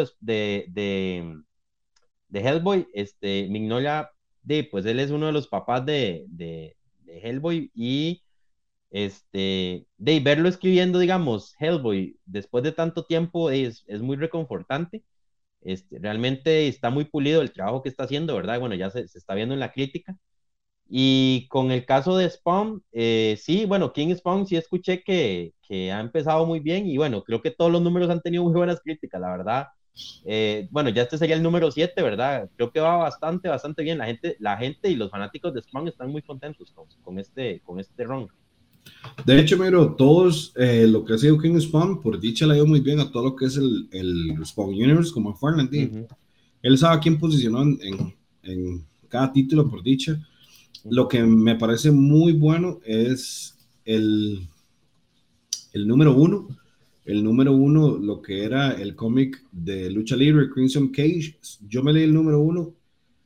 de Hellboy, Mignola, pues él es uno de los papás de Hellboy y de verlo escribiendo, digamos, Hellboy, después de tanto tiempo es muy reconfortante. Realmente está muy pulido el trabajo que está haciendo, ¿verdad? Bueno, ya se está viendo en la crítica. Y con el caso de Spawn, sí, bueno, King Spawn sí escuché que ha empezado muy bien y bueno, creo que todos los números han tenido muy buenas críticas, la verdad. Bueno, ya este sería el número 7, ¿verdad? Creo que va bastante, bastante bien. La gente y los fanáticos de Spawn están muy contentos con este run. De hecho, miro, todos lo que ha sido King Spawn, por dicha le ha ido muy bien a todo lo que es el Spawn Universe, como Farland. Ujú, Él sabe a quién posicionó en cada título, por dicha. Lo ujú. que me parece muy bueno es el número uno. El número uno, lo que era el cómic de lucha libre, Crimson Cage. Yo me leí el número uno.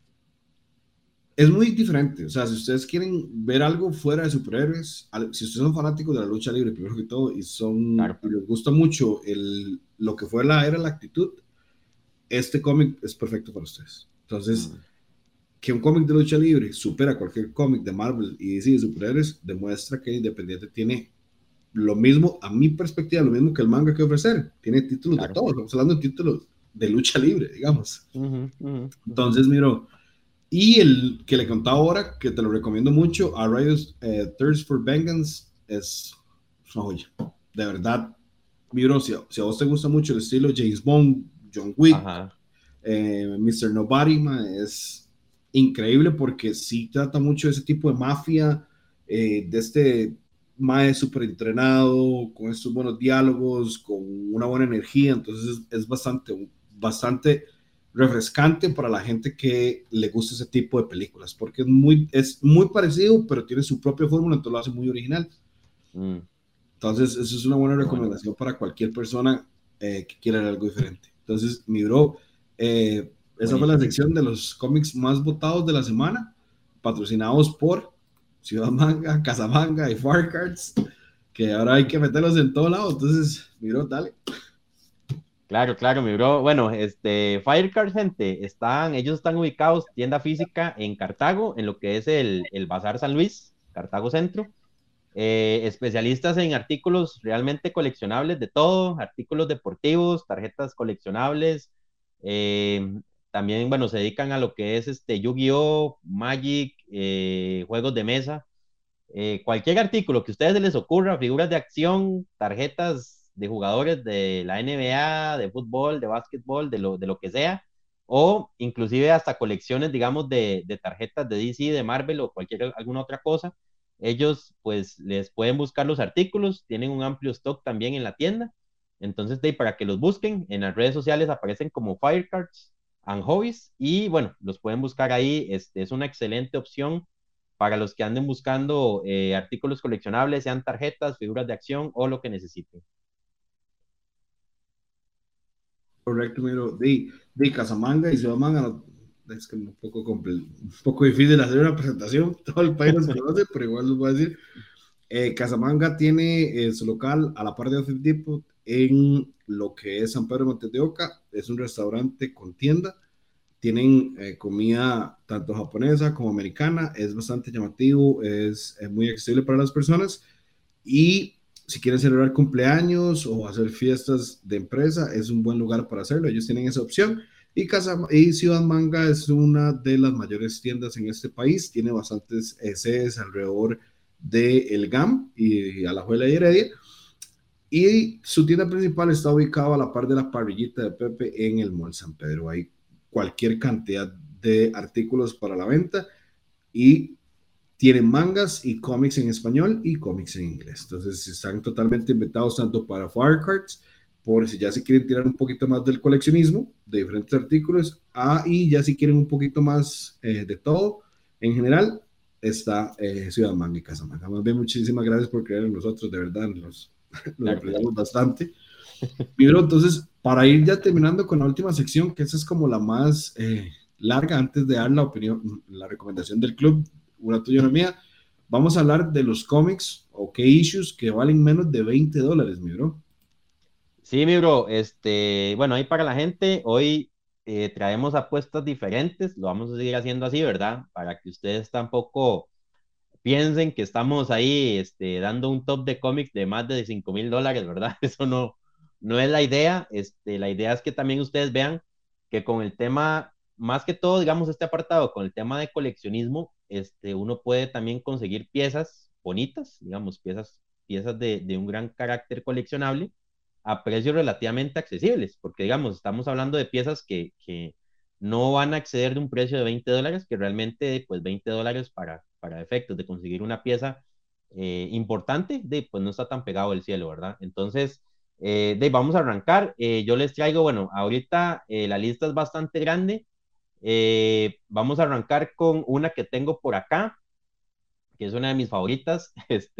Es muy diferente. O sea, si ustedes quieren ver algo fuera de superhéroes, si ustedes son fanáticos de la lucha libre, primero que todo, Claro. y les gusta mucho lo que fue la era de la actitud, este cómic es perfecto para ustedes. Entonces, Mm, que un cómic de lucha libre supera cualquier cómic de Marvel y DC de superhéroes, demuestra que Independiente tiene lo mismo, a mi perspectiva, lo mismo que el manga que ofrecer. Tiene títulos de claro. todo, estamos hablando de títulos de lucha libre, digamos. Ujú, ujú, ujú. Entonces, miro, y el que le contaba ahora, que te lo recomiendo mucho, A Riot's Thirst for Vengeance, es una joya. De verdad, miro, si a vos te gusta mucho el estilo James Bond, John Wick, Ajá. Mr. Nobody, es increíble porque sí trata mucho de ese tipo de mafia, de este mae súper entrenado, con estos buenos diálogos, con una buena energía, entonces es bastante refrescante para la gente que le gusta ese tipo de películas, porque es muy parecido, pero tiene su propia fórmula, entonces lo hace muy original. Mm, Entonces, eso es una buena qué bueno. recomendación para cualquier persona que quiera ver algo diferente. Entonces, mi bro, esa fue la Buenísimo. sección de los cómics más votados de la semana, patrocinados por Ciudad Manga, Casamanga y Far Cards, que ahora hay que meterlos en todo lado. Entonces, mi bro, dale. Claro, claro, mi bro. Bueno, Firecard, gente, ellos están ubicados, tienda física en Cartago, en lo que es el Bazar San Luis, Cartago Centro. Especialistas en artículos realmente coleccionables de todo, artículos deportivos, tarjetas coleccionables. eh, También, bueno, se dedican a lo que es Yu-Gi-Oh, Magic, juegos de mesa. Cualquier artículo que a ustedes se les ocurra, figuras de acción, tarjetas de jugadores de la NBA, de fútbol, de básquetbol, de lo que sea, o inclusive hasta colecciones, digamos, de tarjetas de DC, de Marvel o alguna otra cosa. Ellos pues les pueden buscar los artículos, tienen un amplio stock también en la tienda. Entonces, para que los busquen, en las redes sociales aparecen como Firecards and Hobbies y bueno, los pueden buscar ahí. Es una excelente opción para los que anden buscando artículos coleccionables, sean tarjetas, figuras de acción o lo que necesiten. Correcto, mi bro. De Casamanga y Ciudad Manga, es que un poco difícil hacer una presentación. Todo el país los conoce, pero igual les voy a decir. Casamanga tiene su local a la par de Office Depot en lo que es San Pedro de Montes de Oca. Es un restaurante con tienda. Tienen comida tanto japonesa como americana. Es bastante llamativo, es muy accesible para las personas. Y si quieren celebrar cumpleaños o hacer fiestas de empresa, es un buen lugar para hacerlo. Ellos tienen esa opción. Y Ciudad Manga es una de las mayores tiendas en este país. Tiene bastantes sedes alrededor de El GAM y Alajuela y Heredia. Y su tienda principal está ubicada a la par de la parrillita de Pepe en el Mall San Pedro. Hay cualquier cantidad de artículos para la venta y tienen mangas y cómics en español y cómics en inglés. Entonces están totalmente inventados tanto para Firecards, por si ya se quieren tirar un poquito más del coleccionismo de diferentes artículos, y ya si quieren un poquito más de todo, en general, está Ciudad Manga y Casa Manga. Más bien, muchísimas gracias por creer en nosotros, de verdad, nos Claro que sí. apreciamos bastante. Pero entonces, para ir ya terminando con la última sección, que esa es como la más larga, antes de dar la opinión, la recomendación del club, una tuya y una mía, vamos a hablar de los cómics o qué issues que valen menos de $20, mi bro. Sí, mi bro, bueno, ahí para la gente, hoy traemos apuestas diferentes, lo vamos a seguir haciendo así, ¿verdad? Para que ustedes tampoco piensen que estamos ahí dando un top de cómics de más de $5,000, ¿verdad? Eso no es la idea. La idea es que también ustedes vean que con el tema, más que todo, digamos, este apartado, con el tema de coleccionismo, uno puede también conseguir piezas bonitas, digamos, piezas de un gran carácter coleccionable a precios relativamente accesibles, porque digamos, estamos hablando de piezas que no van a exceder de un precio de $20, que realmente pues $20 para efectos de conseguir una pieza importante, pues no está tan pegado el cielo, ¿verdad? Entonces, vamos a arrancar. Yo les traigo, bueno, ahorita la lista es bastante grande. Vamos a arrancar con una que tengo por acá, que es una de mis favoritas,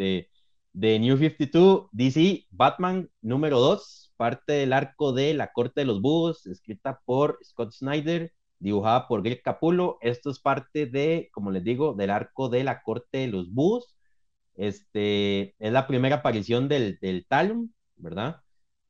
de New 52, DC, Batman número 2, parte del arco de La Corte de los Búhos, escrita por Scott Snyder, dibujada por Greg Capullo. Esto es parte de, como les digo, del arco de La Corte de los Búhos. Es la primera aparición del Talon, ¿verdad?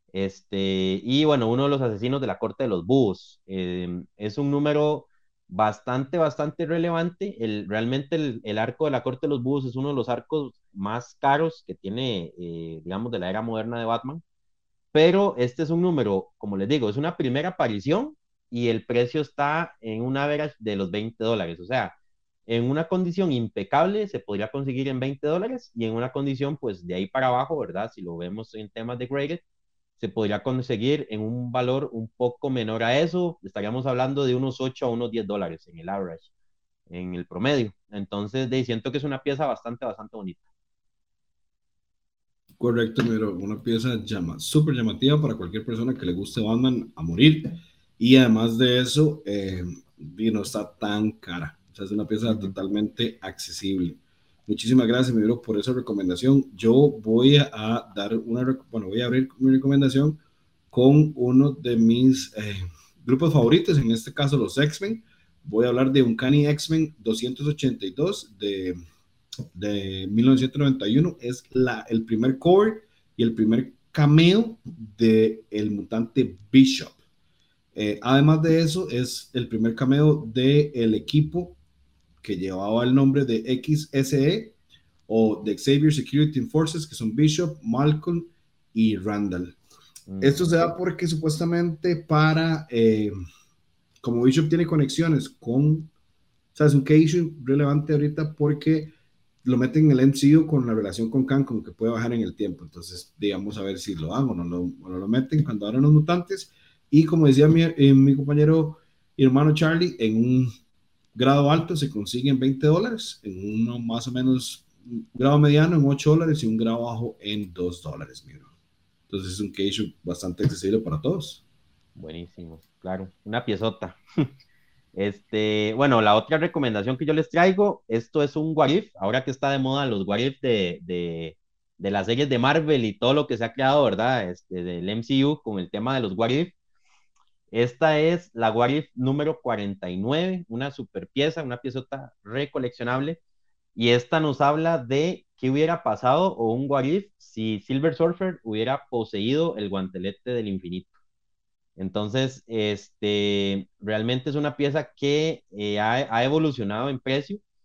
Y bueno, uno de los asesinos de la corte de los búhos. Es un número bastante relevante. Realmente el arco de la corte de los búhos es uno de los arcos más caros que tiene, digamos, de la era moderna de Batman. Pero este es un número, como les digo, es una primera aparición y el precio está en un average de los $20. O sea, en una condición impecable se podría conseguir en $20 y en una condición, pues, de ahí para abajo, ¿verdad? Si lo vemos en temas de graded, se podría conseguir en un valor un poco menor a eso. Estaríamos hablando de unos 8 a unos $10 en el average, en el promedio. Entonces, siento que es una pieza bastante bonita. Correcto, mi bro. Una pieza súper llamativa para cualquier persona que le guste Batman a morir. Y además de eso, y no está tan cara. O sea, es una pieza Uh -huh. totalmente accesible. Muchísimas gracias, mi bro, por esa recomendación. Yo voy a dar bueno, voy a abrir mi recomendación con uno de mis grupos favoritos, en este caso los X-Men. Voy a hablar de Uncanny X-Men 282 de 1991. Es el primer cover y el primer cameo de el mutante Bishop. Además de eso, es el primer cameo del equipo que llevaba el nombre de XSE o de Xavier Security Forces, que son Bishop, Malcolm y Randall. Uh Esto -huh. se da porque supuestamente como Bishop tiene conexiones con, o sea, es un case relevante ahorita porque lo meten en el MCU con la relación con Kang, como que puede bajar en el tiempo. Entonces, digamos, a ver si lo dan o no lo meten cuando abran los mutantes. Y como decía mi compañero y hermano Charlie, en un grado alto se consiguen $20, en uno más o menos, un grado mediano en $8 y un grado bajo en $2, mira. Entonces es un case bastante accesible para todos. Buenísimo, claro. Una piezota. Bueno, la otra recomendación que yo les traigo, esto es un What If, ahora que está de moda los What If de las series de Marvel y todo lo que se ha creado, ¿verdad? Del MCU con el tema de los What If. Esta es la What If número 49, una super pieza, una piezota recoleccionable. Y esta nos habla de qué hubiera pasado o un What If si Silver Surfer hubiera poseído el guantelete del infinito. Entonces, realmente es una pieza que ha evolucionado en precio.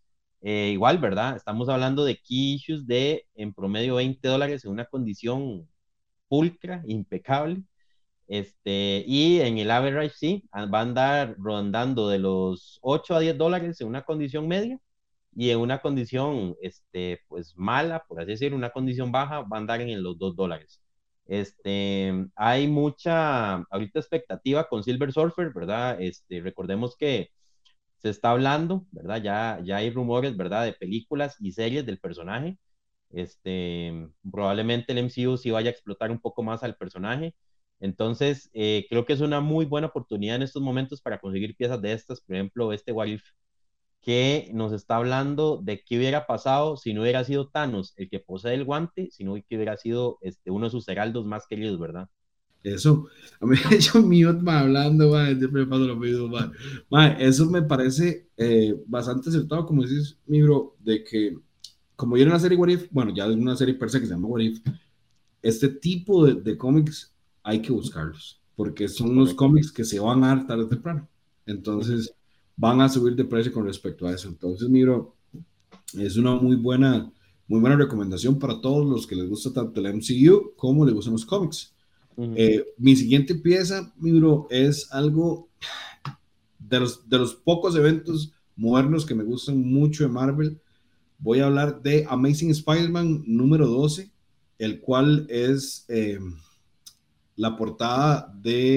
igual, ¿verdad? Estamos hablando de key issues de en promedio $20 en una condición pulcra, impecable. Y en el average sí, va a andar rondando de los $8 a $10 en una condición media, y en una condición, pues mala, por así decirlo, una condición baja, va a andar en los $2. Hay mucha ahorita expectativa con Silver Surfer, ¿verdad? Recordemos que se está hablando, ¿verdad? Ya hay rumores, ¿verdad? De películas y series del personaje. Probablemente el MCU sí vaya a explotar un poco más al personaje. Entonces, creo que es una muy buena oportunidad en estos momentos para conseguir piezas de estas. Por ejemplo, What If, que nos está hablando de qué hubiera pasado si no hubiera sido Thanos el que posee el guante, sino que hubiera sido uno de sus heraldos más queridos, ¿verdad? Eso, a mí, yo mío, hablando, man, siempre me pasa lo mismo, man. Man, eso me parece bastante acertado, como dices, mi bro, de que, como viene una serie What If, bueno, ya hay una serie per se que se llama What If, este tipo de cómics hay que buscarlos, porque son unos Correcto. cómics que se van a dar tarde o temprano, Ujú. entonces van a subir de precio con respecto a eso. Entonces, mi bro, es una muy buena recomendación para todos los que les gusta tanto el MCU como les gustan los cómics. Ujú. Mi siguiente pieza, mi bro, es algo de los pocos eventos modernos que me gustan mucho de Marvel. Voy a hablar de Amazing Spider-Man número 12, el cual es la portada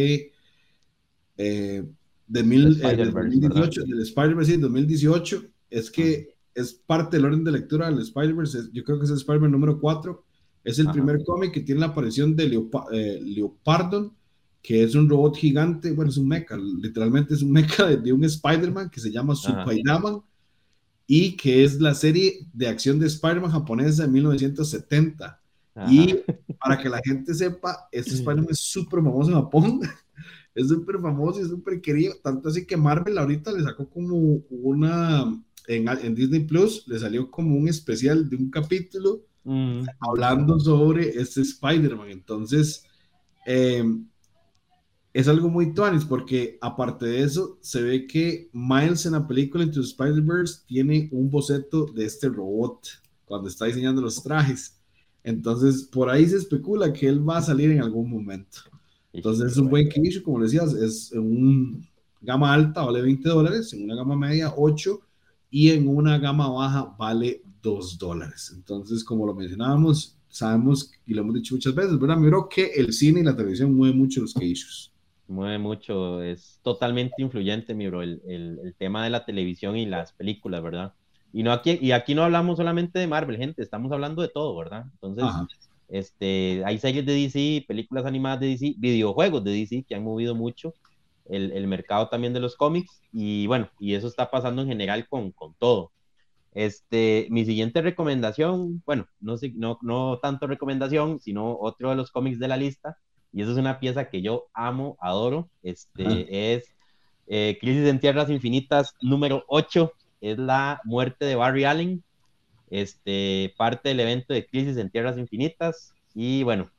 eh, El del Spider-Verse, ¿verdad? 2018, del Spider-Verse, sí, 2018. Es Ujú. que es parte del orden de lectura del Spider-Verse. Yo creo que es el Spider-Man número 4. Es el Ajá, primer cómic que tiene la aparición de Leopardon, que es un robot gigante. Bueno, es un mecha, literalmente es un mecha de un Spider-Man que se llama ajá, Supaidaman y que es la serie de acción de Spider-Man japonesa de 1970. ajá. Y para que la gente sepa, este Spider-Man es súper famoso en Japón, es súper famoso y es súper querido, tanto así que Marvel ahorita le sacó como en Disney Plus, le salió como un especial de un capítulo Ujú. hablando sobre este Spider-Man. Entonces, eh, es algo muy tuanis porque aparte de eso, se ve que Miles en la película Into the Spider-Verse tiene un boceto de este robot cuando está diseñando los trajes. Entonces, por ahí se especula que él va a salir en algún momento. Ish, Entonces, es qué un buen bueno. issue, como decías, es en un gama alta vale $20, en una gama media 8 y en una gama baja vale $2. Entonces, como lo mencionábamos, sabemos y lo hemos dicho muchas veces, ¿verdad? Miro que el cine y la televisión mueven mucho los issues. Mueve mucho, es totalmente influyente, mi bro, el tema de la televisión y las películas, ¿verdad? Y aquí no hablamos solamente de Marvel, gente, estamos hablando de todo, ¿verdad? Entonces, Ajá. hay series de DC, películas animadas de DC, videojuegos de DC que han movido mucho el mercado también de los cómics, y bueno, y eso está pasando en general con todo. Mi siguiente recomendación, bueno, no, no tanto recomendación, sino otro de los cómics de la lista, y eso es una pieza que yo amo, adoro, Ajá. es Crisis en Tierras Infinitas número 8, es la muerte de Barry Allen, parte del evento de Crisis en Tierras Infinitas, y bueno,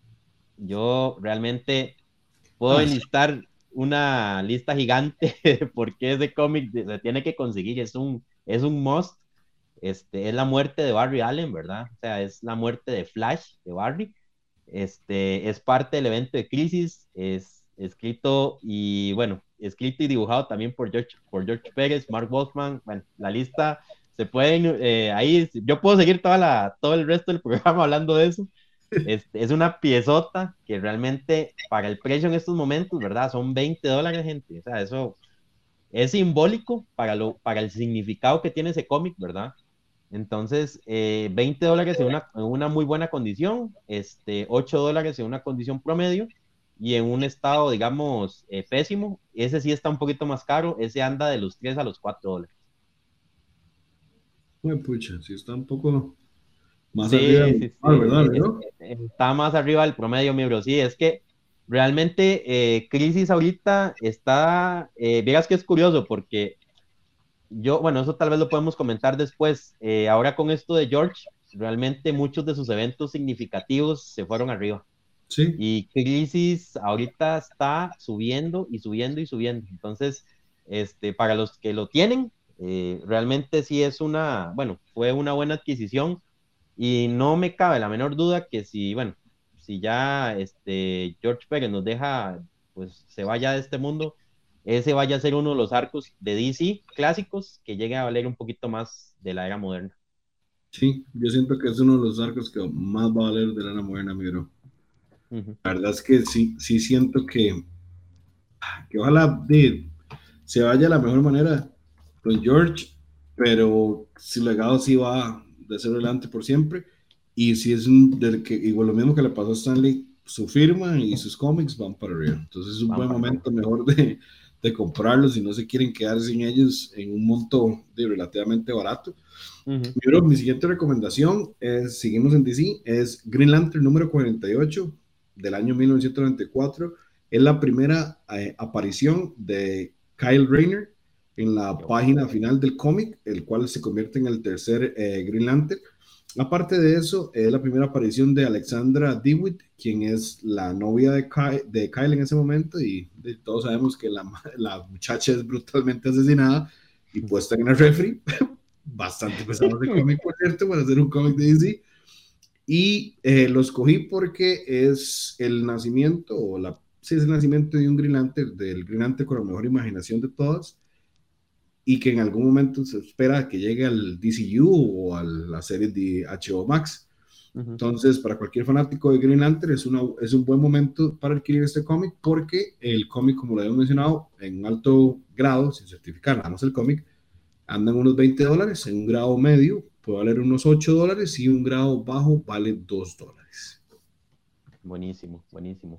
yo realmente puedo Ah, sí. enlistar una lista gigante de por qué ese cómic se tiene que conseguir, es un must. Es la muerte de Barry Allen, ¿verdad? O sea, es la muerte de Flash, de Barry. Es parte del evento de Crisis, es escrito y, bueno, escrito y dibujado también por George Pérez, Mark Wolfman. Bueno, la lista se pueden, ahí, yo puedo seguir todo el resto del programa hablando de eso. Es una piezota que realmente, para el precio en estos momentos, ¿verdad? Son $20, gente. O sea, eso es simbólico para el significado que tiene ese cómic, ¿verdad? Entonces, $20 en una muy buena condición, $8 en una condición promedio, y en un estado, digamos, pésimo. Ese sí está un poquito más caro, ese anda de los $3 a los $4. Uy, pucha, sí está un poco más arriba Sí, del sí, sí, mar, ¿verdad, amigo? está más arriba del promedio, mi bro. Sí, es que realmente Crisis ahorita está, vieras que es curioso porque bueno, eso tal vez lo podemos comentar después. Ahora con esto de George, realmente muchos de sus eventos significativos se fueron arriba. Sí. Y Crisis ahorita está subiendo y subiendo y subiendo. Entonces, para los que lo tienen, Realmente sí es fue una buena adquisición y no me cabe la menor duda que si ya George Pérez nos deja, pues se vaya de este mundo, ese vaya a ser uno de los arcos de DC clásicos que llegue a valer un poquito más de la era moderna. Sí, yo siento que es uno de los arcos que más va a valer de la era moderna, mi bro. Ujú. La verdad es que sí, sí siento que ojalá se vaya de la mejor manera con George, pero su legado sí va de ser adelante por siempre. Y si es del que, igual lo mismo que le pasó a Stanley, su firma y sus cómics van para arriba. Entonces es un Van buen para arriba. momento mejor de comprarlos si no se quieren quedar sin ellos en un monto relativamente barato. Ujú. Mi siguiente recomendación es, seguimos en DC, es Green Lantern número 48 del año 1994. Es la primera aparición de Kyle Rayner en la Qué bueno. página final del cómic, el cual se convierte en el tercer Green Lantern. Aparte de eso, es la primera aparición de Alexandra Dewitt, quien es la novia de Kyle en ese momento, y todos sabemos que la muchacha es brutalmente asesinada y puesta en el refri. Bastante pesado de cómic, por cierto, para hacer un cómic de DC. Y lo escogí porque es el nacimiento, sí, es el nacimiento de un Green Lantern, del Green Lantern con la mejor imaginación de todas, y que en algún momento se espera que llegue al DCU o a la serie de HBO Max. Ujú. Entonces, para cualquier fanático de Green Lantern, es un buen momento para adquirir este cómic, porque el cómic, como lo habíamos mencionado, en un alto grado, sin certificar nada más el cómic, andan unos $20, en un grado medio puede valer unos $8 y un grado bajo vale $2. Buenísimo, buenísimo.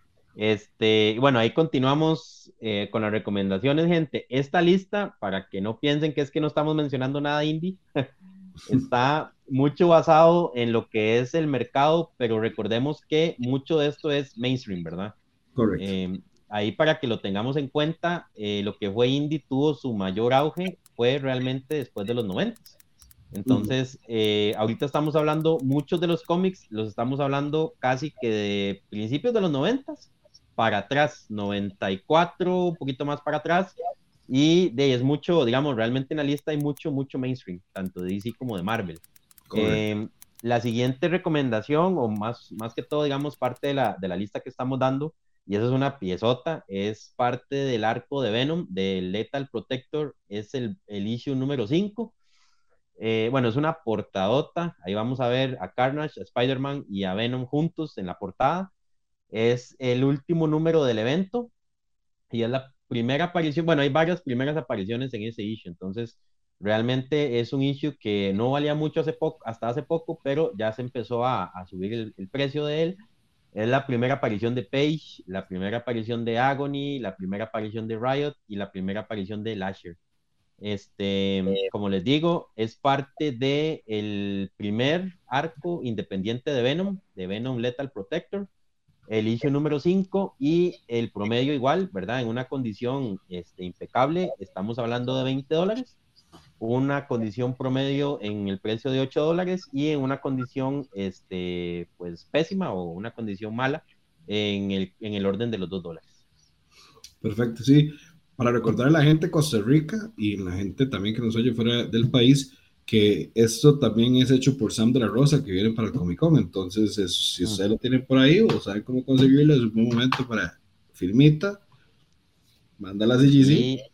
Bueno, ahí continuamos con las recomendaciones, gente. Esta lista, para que no piensen que es que no estamos mencionando nada indie, está mucho basado en lo que es el mercado, pero recordemos que mucho de esto es mainstream, ¿verdad? Correcto. Eh, Ahí para que lo tengamos en cuenta, lo que fue indie tuvo su mayor auge fue realmente después de los 90. Ujú. Entonces, ahorita estamos hablando, muchos de los cómics los estamos hablando casi que de principios de los 90 para atrás, 94, un poquito más para atrás, y es mucho, digamos, realmente en la lista hay mucho mainstream, tanto de DC como de Marvel. Correcto. Eh, la siguiente recomendación, o más que todo, digamos, parte de la lista que estamos dando, y esa es una piezota, es parte del arco de Venom, de Lethal Protector, es el issue número 5. Bueno, es una portadota. Ahí vamos a ver a Carnage, a Spider-Man y a Venom juntos en la portada. Es el último número del evento y es la primera aparición. Bueno, hay varias primeras apariciones en ese issue. Entonces, realmente es un issue que no valía mucho hasta hace poco, pero ya se empezó a subir el precio de él. Es la primera aparición de Page, la primera aparición de Agony, la primera aparición de Riot y la primera aparición de Lasher. Como les digo, es parte del primer arco independiente de Venom Lethal Protector, el issue número 5 y el promedio igual, ¿verdad? En una condición impecable, estamos hablando de $20, una condición promedio en el precio de $8 y en una condición pues pésima o una condición mala en el orden de los $2. Perfecto, sí. Para recordar a la gente de Costa Rica y la gente también que nos oye fuera del país, que esto también es hecho por Sam de la Rosa, que viene para el Comic Con. Entonces, si Mm. ustedes lo tienen por ahí o saben cómo conseguirlo, es un buen momento para firmita, mándala a CGC. Sí,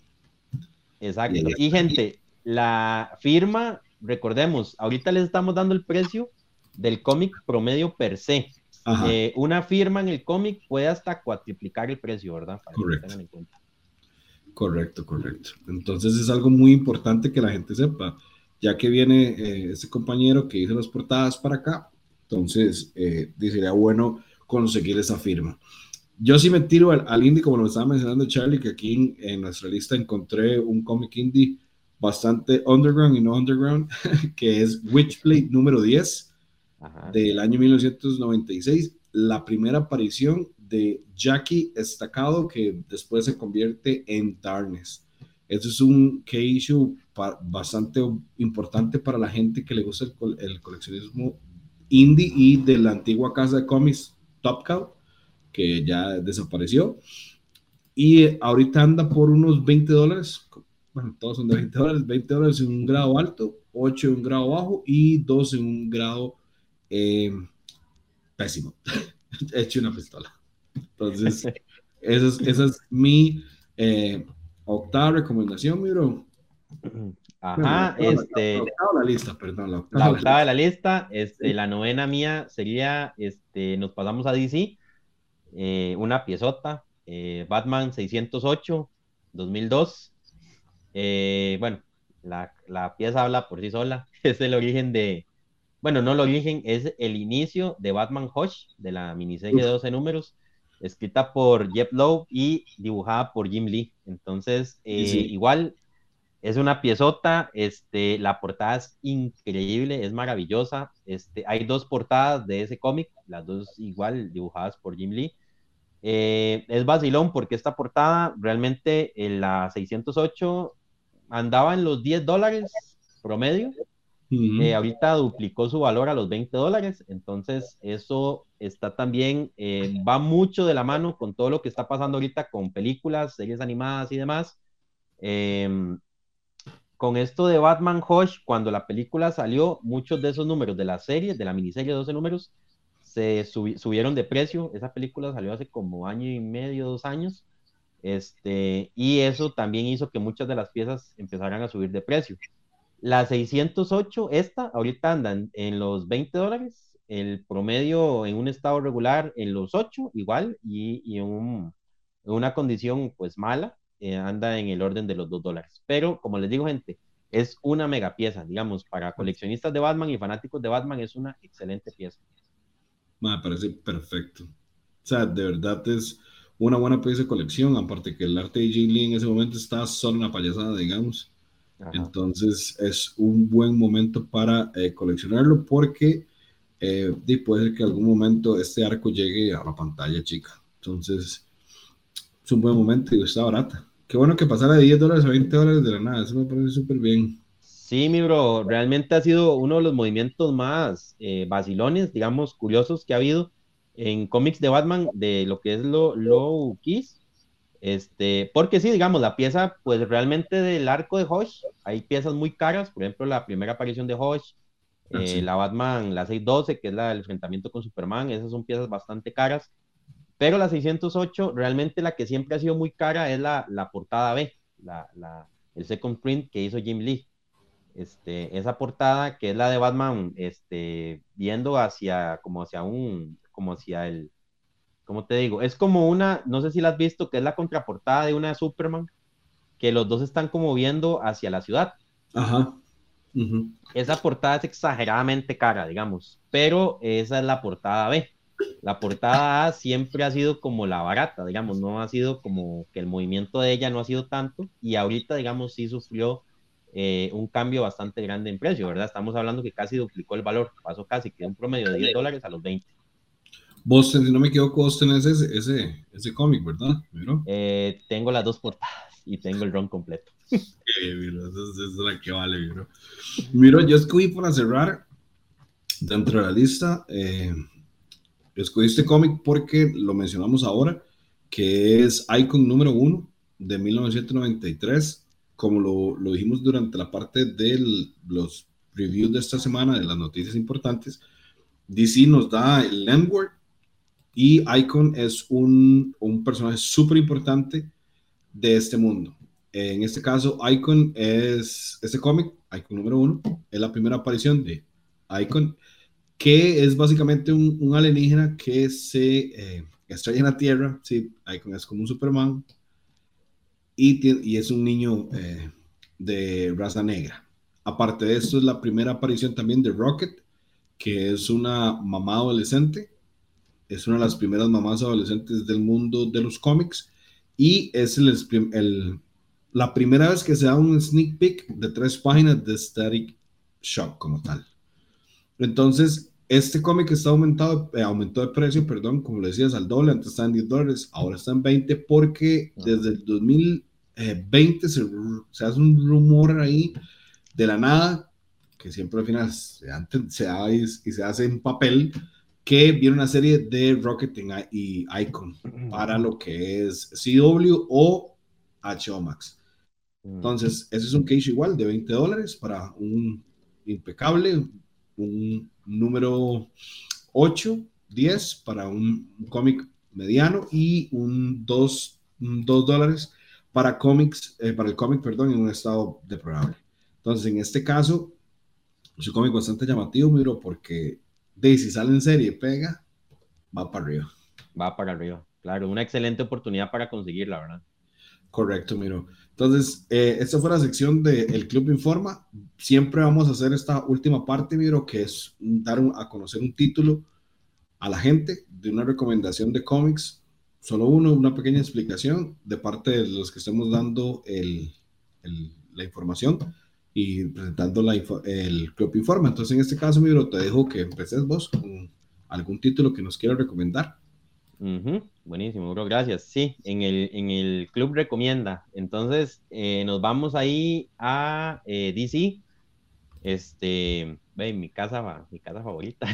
Y ahí exacto. Y está. gente, la firma, recordemos, ahorita les estamos dando el precio del cómic promedio per se. Ajá, Una firma en el cómic puede hasta cuatriplicar el precio, ¿verdad? Para que lo correcto. tengan en cuenta. Correcto, correcto. Entonces es algo muy importante que la gente sepa, ya que viene este compañero que hizo las portadas para acá, entonces sería bueno conseguir esa firma. Yo sí me tiro al indie, como lo estaba mencionando Charlie, que aquí en nuestra lista encontré un cómic indie bastante underground y no underground, que es Witchblade número 10 Ajá. del año 1996, la primera aparición de Jackie Estacado, que después se convierte en Darkness. Eso es un key issue bastante importante para la gente que le gusta el coleccionismo indie y de la antigua casa de cómics Top Cow, que ya desapareció. Y ahorita anda por unos $20, bueno, todos son de $20, $20 en un grado alto, 8 en un grado bajo y 2 en un grado eh, pésimo. Hecho una pistola. Entonces, esa es mi octava recomendación, mi bro. Bueno, Ajá, la octava la lista, perdón, la la octava la octava de lista. la lista, Sí. la novena mía sería, nos pasamos a DC, una piezota, Batman 608, 2002. Bueno, la pieza habla por sí sola, es el origen de, bueno, no el origen, es el inicio de Batman Hush, de la miniserie de Uf, 12 números, escrita por Jeff Loeb y dibujada por Jim Lee. Entonces, y sí. igual es una piezota, la portada es increíble, es maravillosa. Hay dos portadas de ese cómic, las dos igual dibujadas por Jim Lee. Es vacilón porque esta portada realmente en la 608 andaba en los $10 promedio. Ujú. Ahorita duplicó su valor a los $20, entonces eso está también, va mucho de la mano con todo lo que está pasando ahorita con películas, series animadas y demás. Eh, con esto de Batman Hush, cuando la película salió, muchos de esos números de la serie, de la miniserie de 12 números, subieron de precio. Esa película salió hace como año y medio, 2 años. Y eso también hizo que muchas de las piezas empezaran a subir de precio. La 608, esta, ahorita andan en los $20, el promedio en un estado regular en los 8, igual, y en una condición pues mala, anda en el orden de los $2. Pero, como les digo, gente, es una mega pieza, digamos, para coleccionistas de Batman y fanáticos de Batman es una excelente pieza. Me parece perfecto. O sea, de verdad es una buena pieza de colección, aparte que el arte de Jim Lee en ese momento está solo una payasada, digamos. Ajá. Entonces es un buen momento para coleccionarlo porque puede ser que en algún momento este arco llegue a la pantalla chica. Entonces es un buen momento y está barata. Qué bueno que pasara de $10 a $20 de la nada, eso me parece súper bien. Sí, mi bro, realmente ha sido uno de los movimientos más vacilones, digamos, curiosos que ha habido en cómics de Batman, de lo que es lo Low Keys. Porque sí, digamos, la pieza, pues realmente del arco de Hush, hay piezas muy caras, por ejemplo, la primera aparición de Hush, Ah, sí. la Batman, la 612, que es la del enfrentamiento con Superman, esas son piezas bastante caras, pero la 608, realmente la que siempre ha sido muy cara es la portada B, el second print que hizo Jim Lee. Esa portada que es la de Batman, viendo hacia, como hacia el, ¿cómo te digo? Es como una, no sé si la has visto, que es la contraportada de una de Superman, que los dos están como viendo hacia la ciudad. Ajá. Ujú. Esa portada es exageradamente cara, digamos, pero esa es la portada B. La portada A siempre ha sido como la barata, digamos, no ha sido como que el movimiento de ella no ha sido tanto y ahorita, digamos, sí sufrió un cambio bastante grande en precio, ¿verdad? Estamos hablando que casi duplicó el valor, pasó casi que de un promedio de $10 a los 20. Vos, si no me equivoco, vos tenés ese cómic, ¿verdad? ¿Miro? Tengo las dos portadas y tengo el run completo. Miro, esa es la que vale, miro. Miro, yo escogí para cerrar dentro de la lista. Escogí este cómic porque lo mencionamos ahora, que es Icon número 1 de 1993. Como lo dijimos durante la parte de los reviews de esta semana, de las noticias importantes, DC nos da el Landward y Icon es un personaje súper importante de este mundo. En este caso, Icon es este cómic, Icon número 1, es la primera aparición de Icon, que es básicamente un alienígena que se estrella en la Tierra. Sí, Icon es como un Superman y es un niño de raza negra. Aparte de esto, es la primera aparición también de Rocket, que es una mamá adolescente, es una de las primeras mamás adolescentes del mundo de los cómics y es la primera vez que se da un sneak peek de 3 páginas de Static Shock como tal. Entonces, este cómic está aumentó de precio, perdón, como le decías, al doble, antes estaba en $10, ahora está en 20 porque Ajá. desde el 2020 se hace un rumor ahí de la nada, que siempre al final se da y se hace en papel, que viene una serie de Rocket y Icon para lo que es CW o HBO Max. Entonces, ese es un case igual de $20 para un impecable, un número 8, 10 para un cómic mediano y un $2 para cómics, para el cómic, perdón, en un estado deplorable. Entonces, en este caso, es un cómic bastante llamativo, miro, porque si sale en serie y pega, va para arriba. Va para arriba. Claro, una excelente oportunidad para conseguirla, ¿verdad? Correcto, miro. Entonces, esta fue la sección de El Club Informa. Siempre vamos a hacer esta última parte, miro, que es dar a conocer un título a la gente de una recomendación de cómics. Solo una pequeña explicación de parte de los que estemos dando la información y presentando el Club Informa. Entonces, en este caso, miro, te dejo que empeces vos con algún título que nos quieras recomendar. Buenísimo, bro, gracias. Sí, en el club recomienda. Entonces, nos vamos ahí a DC, mi casa favorita.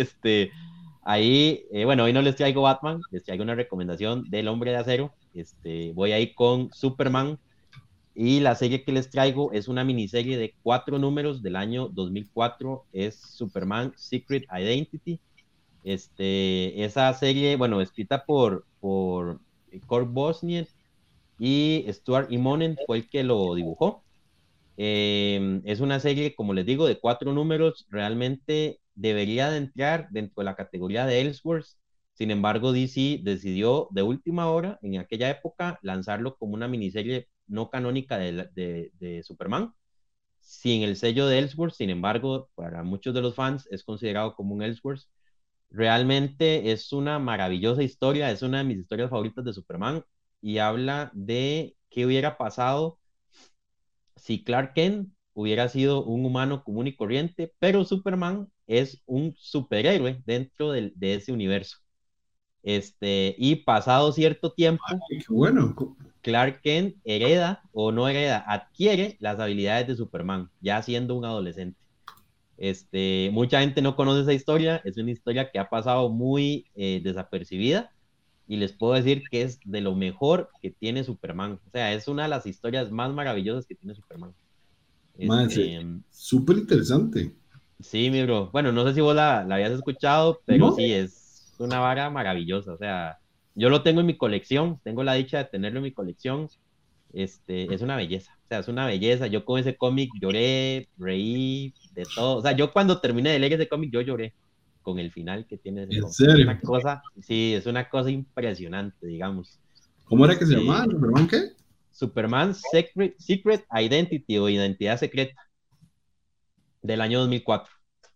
Ahí, bueno, hoy no les traigo Batman, les traigo una recomendación del Hombre de Acero. Voy ahí con Superman. Y la serie que les traigo es una miniserie de 4 números del año 2004. Es Superman Secret Identity. Esa serie, bueno, escrita por Kurt Bosniak y Stuart Immonen fue el que lo dibujó. Es una serie, como les digo, de 4 números. Realmente debería de entrar dentro de la categoría de Elseworlds. Sin embargo, DC decidió de última hora, en aquella época, lanzarlo como una miniserie no canónica de Superman, sin el sello de Elseworlds. Sin embargo, para muchos de los fans es considerado como un Elseworlds. Realmente es una maravillosa historia, es una de mis historias favoritas de Superman y habla de qué hubiera pasado si Clark Kent hubiera sido un humano común y corriente, pero Superman es un superhéroe dentro de ese universo. Y pasado cierto tiempo, Ay, qué bueno. Clark Kent hereda o no hereda, adquiere las habilidades de Superman, ya siendo un adolescente. Mucha gente no conoce esa historia, es una historia que ha pasado muy desapercibida y les puedo decir que es de lo mejor que tiene Superman. O sea, es una de las historias más maravillosas que tiene Superman. Más, Este, súper interesante. sí, mi bro. Bueno, no sé si vos la habías escuchado, pero ¿No? sí, es una vara maravillosa. O sea, yo lo tengo en mi colección, tengo la dicha de tenerlo en mi colección. Es una belleza, o sea, es una belleza. Yo con ese cómic lloré, reí, de todo. O sea, yo cuando terminé de leer ese cómic, yo lloré con el final que tiene ese En cómic. Es serio. una cosa, sí, es una cosa impresionante, digamos. ¿Cómo era que se llamaba? Este, ¿Superman qué? Superman Secret Identity o Identidad Secreta del año 2004.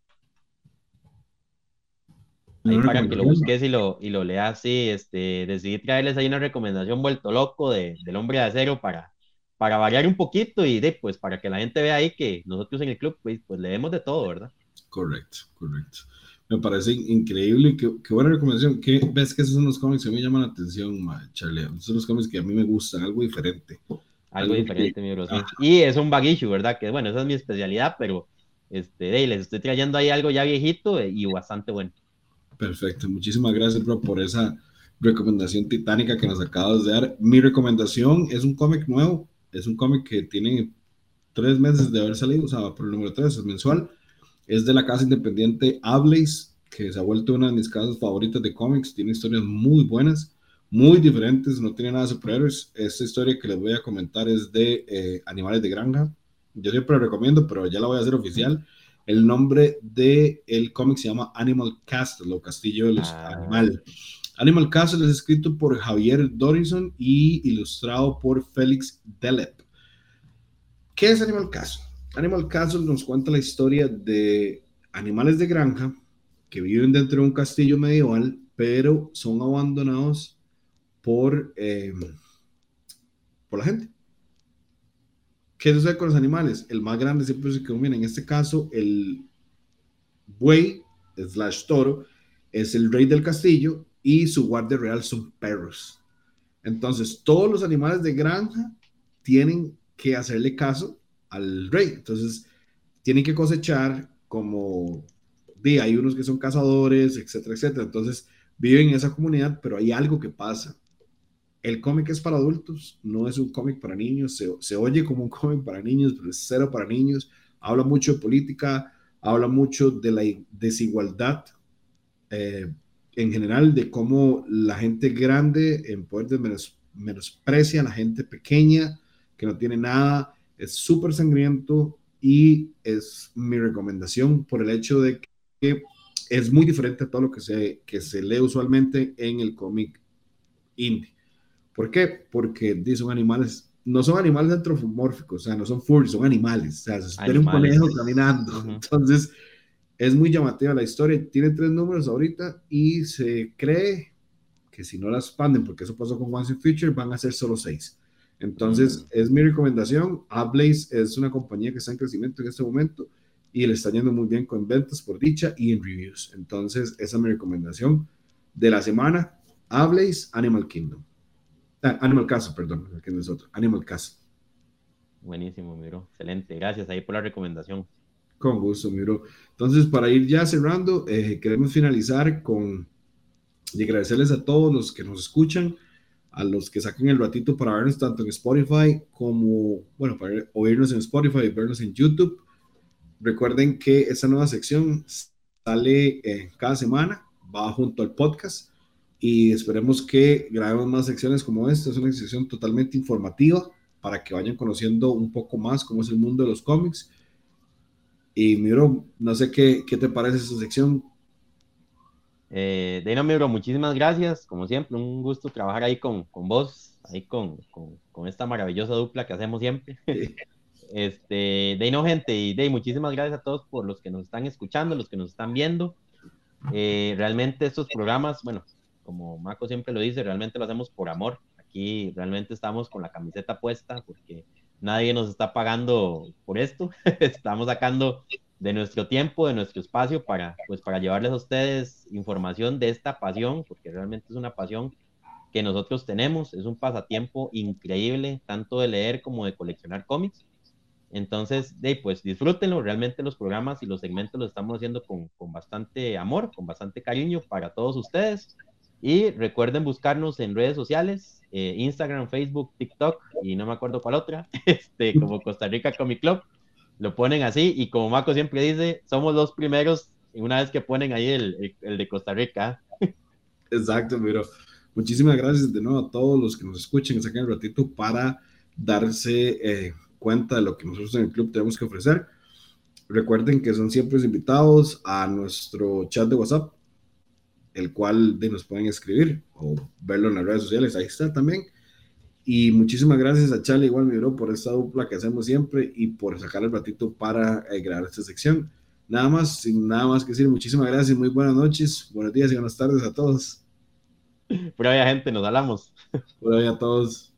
Ahí Una para que lo recomendación. busques y lo leas, sí, decidí traerles ahí una recomendación vuelto loco del Hombre de Acero para variar un poquito y pues para que la gente vea ahí que nosotros en el club pues leemos de todo, ¿verdad? Correcto, correcto. Me parece increíble. Qué buena recomendación. ¿Ves que esos son los cómics que me llaman la atención, Charlie? Esos son los cómics que a mí me gustan, algo diferente. Algo Algo que. diferente, mi bro, Ah, sí. Y es un bug issue, ¿verdad? Que bueno, esa es mi especialidad, pero les estoy trayendo ahí algo ya viejito y bastante bueno. perfecto. Muchísimas gracias, bro, por esa recomendación titánica que nos acabas de dar. Mi recomendación es un cómic nuevo. Es un cómic que tiene 3 meses de haber salido, o sea, por el número 3, es mensual. Es de la casa independiente Ablaze, que se ha vuelto una de mis casas favoritas de cómics. Tiene historias muy buenas, muy diferentes, no tiene nada de superhéroes. Esta historia que les voy a comentar es de animales de granja. Yo siempre lo recomiendo, pero ya la voy a hacer oficial. El nombre del cómic se llama Animal Castle o Castillo de los Ah, Animal. Animal Castle es escrito por Javier Dorison y ilustrado por Félix Delep. ¿Qué es Animal Castle? Animal Castle nos cuenta la historia de animales de granja que viven dentro de un castillo medieval, pero son abandonados por la gente. ¿Qué sucede con los animales? El más grande siempre se combina. En este caso, el buey slash toro es el rey del castillo y su guardia real son perros. Entonces, todos los animales de granja tienen que hacerle caso al rey. Entonces, tienen que cosechar como, hay unos que son cazadores, etcétera, etcétera. Entonces, viven en esa comunidad, pero hay algo que pasa. el cómic es para adultos, no es un cómic para niños, se oye como un cómic para niños, pero es cero para niños, habla mucho de política, habla mucho de la desigualdad en general, de cómo la gente grande en poder de menosprecia a la gente pequeña que no tiene nada, es súper sangriento y es mi recomendación por el hecho de que es muy diferente a todo lo que se lee usualmente en el cómic indie. ¿Por qué? Porque son animales, no son animales antropomórficos, o sea, no son furries, son animales, o sea, se tiene un conejo Animales. caminando, Ujú. entonces es muy llamativa la historia, tiene 3 números ahorita y se cree que si no la expanden, porque eso pasó con Once in Future, van a ser solo 6. Entonces, Mm, es mi recomendación. Ablaze es una compañía que está en crecimiento en este momento y le está yendo muy bien con ventas por dicha y en reviews. Entonces, esa es mi recomendación de la semana. Ablaze, Animal Kingdom. Animal Castle, perdón, que no es otro. Animal Castle. buenísimo, miro. Excelente. Gracias ahí por la recomendación. Con gusto, miro. Entonces, para ir ya cerrando, queremos finalizar con y agradecerles a todos los que nos escuchan, a los que saquen el ratito para vernos tanto en Spotify como, bueno, para oírnos en Spotify y vernos en YouTube. Recuerden que esta nueva sección sale cada semana, va junto al podcast y esperemos que grabemos más secciones como esta. Es una sección totalmente informativa para que vayan conociendo un poco más cómo es el mundo de los cómics. Y miro, no sé qué te parece esta sección. Deina, mi bro, muchísimas gracias. Como siempre, un gusto trabajar ahí con vos, ahí con esta maravillosa dupla que hacemos siempre. Deino, gente, y muchísimas gracias a todos por los que nos están escuchando, los que nos están viendo. Realmente estos programas, bueno, como Marco siempre lo dice, realmente lo hacemos por amor. Aquí realmente estamos con la camiseta puesta porque nadie nos está pagando por esto. Estamos sacando de nuestro tiempo, de nuestro espacio para, pues, para llevarles a ustedes información de esta pasión, porque realmente es una pasión que nosotros tenemos, es un pasatiempo increíble, tanto de leer como de coleccionar cómics. Entonces, pues disfrútenlo, realmente los programas y los segmentos los estamos haciendo con bastante amor, con bastante cariño para todos ustedes. Y recuerden buscarnos en redes sociales, Instagram, Facebook, TikTok y no me acuerdo cuál otra, como Costa Rica Comic Club. Lo ponen así y como Marco siempre dice, somos los primeros una vez que ponen ahí el de Costa Rica. Exacto, pero muchísimas gracias de nuevo a todos los que nos escuchen y saquen el ratito para darse cuenta de lo que nosotros en el club tenemos que ofrecer. Recuerden que son siempre invitados a nuestro chat de WhatsApp, el cual nos pueden escribir o verlo en las redes sociales, ahí está también. Y muchísimas gracias a Charlie, igual mi bro, por esta dupla que hacemos siempre y por sacar el ratito para grabar esta sección. Nada más, sin nada más que decir, muchísimas gracias, muy buenas noches, buenos días y buenas tardes a todos. Pero hay gente, nos hablamos. Por ahí a todos.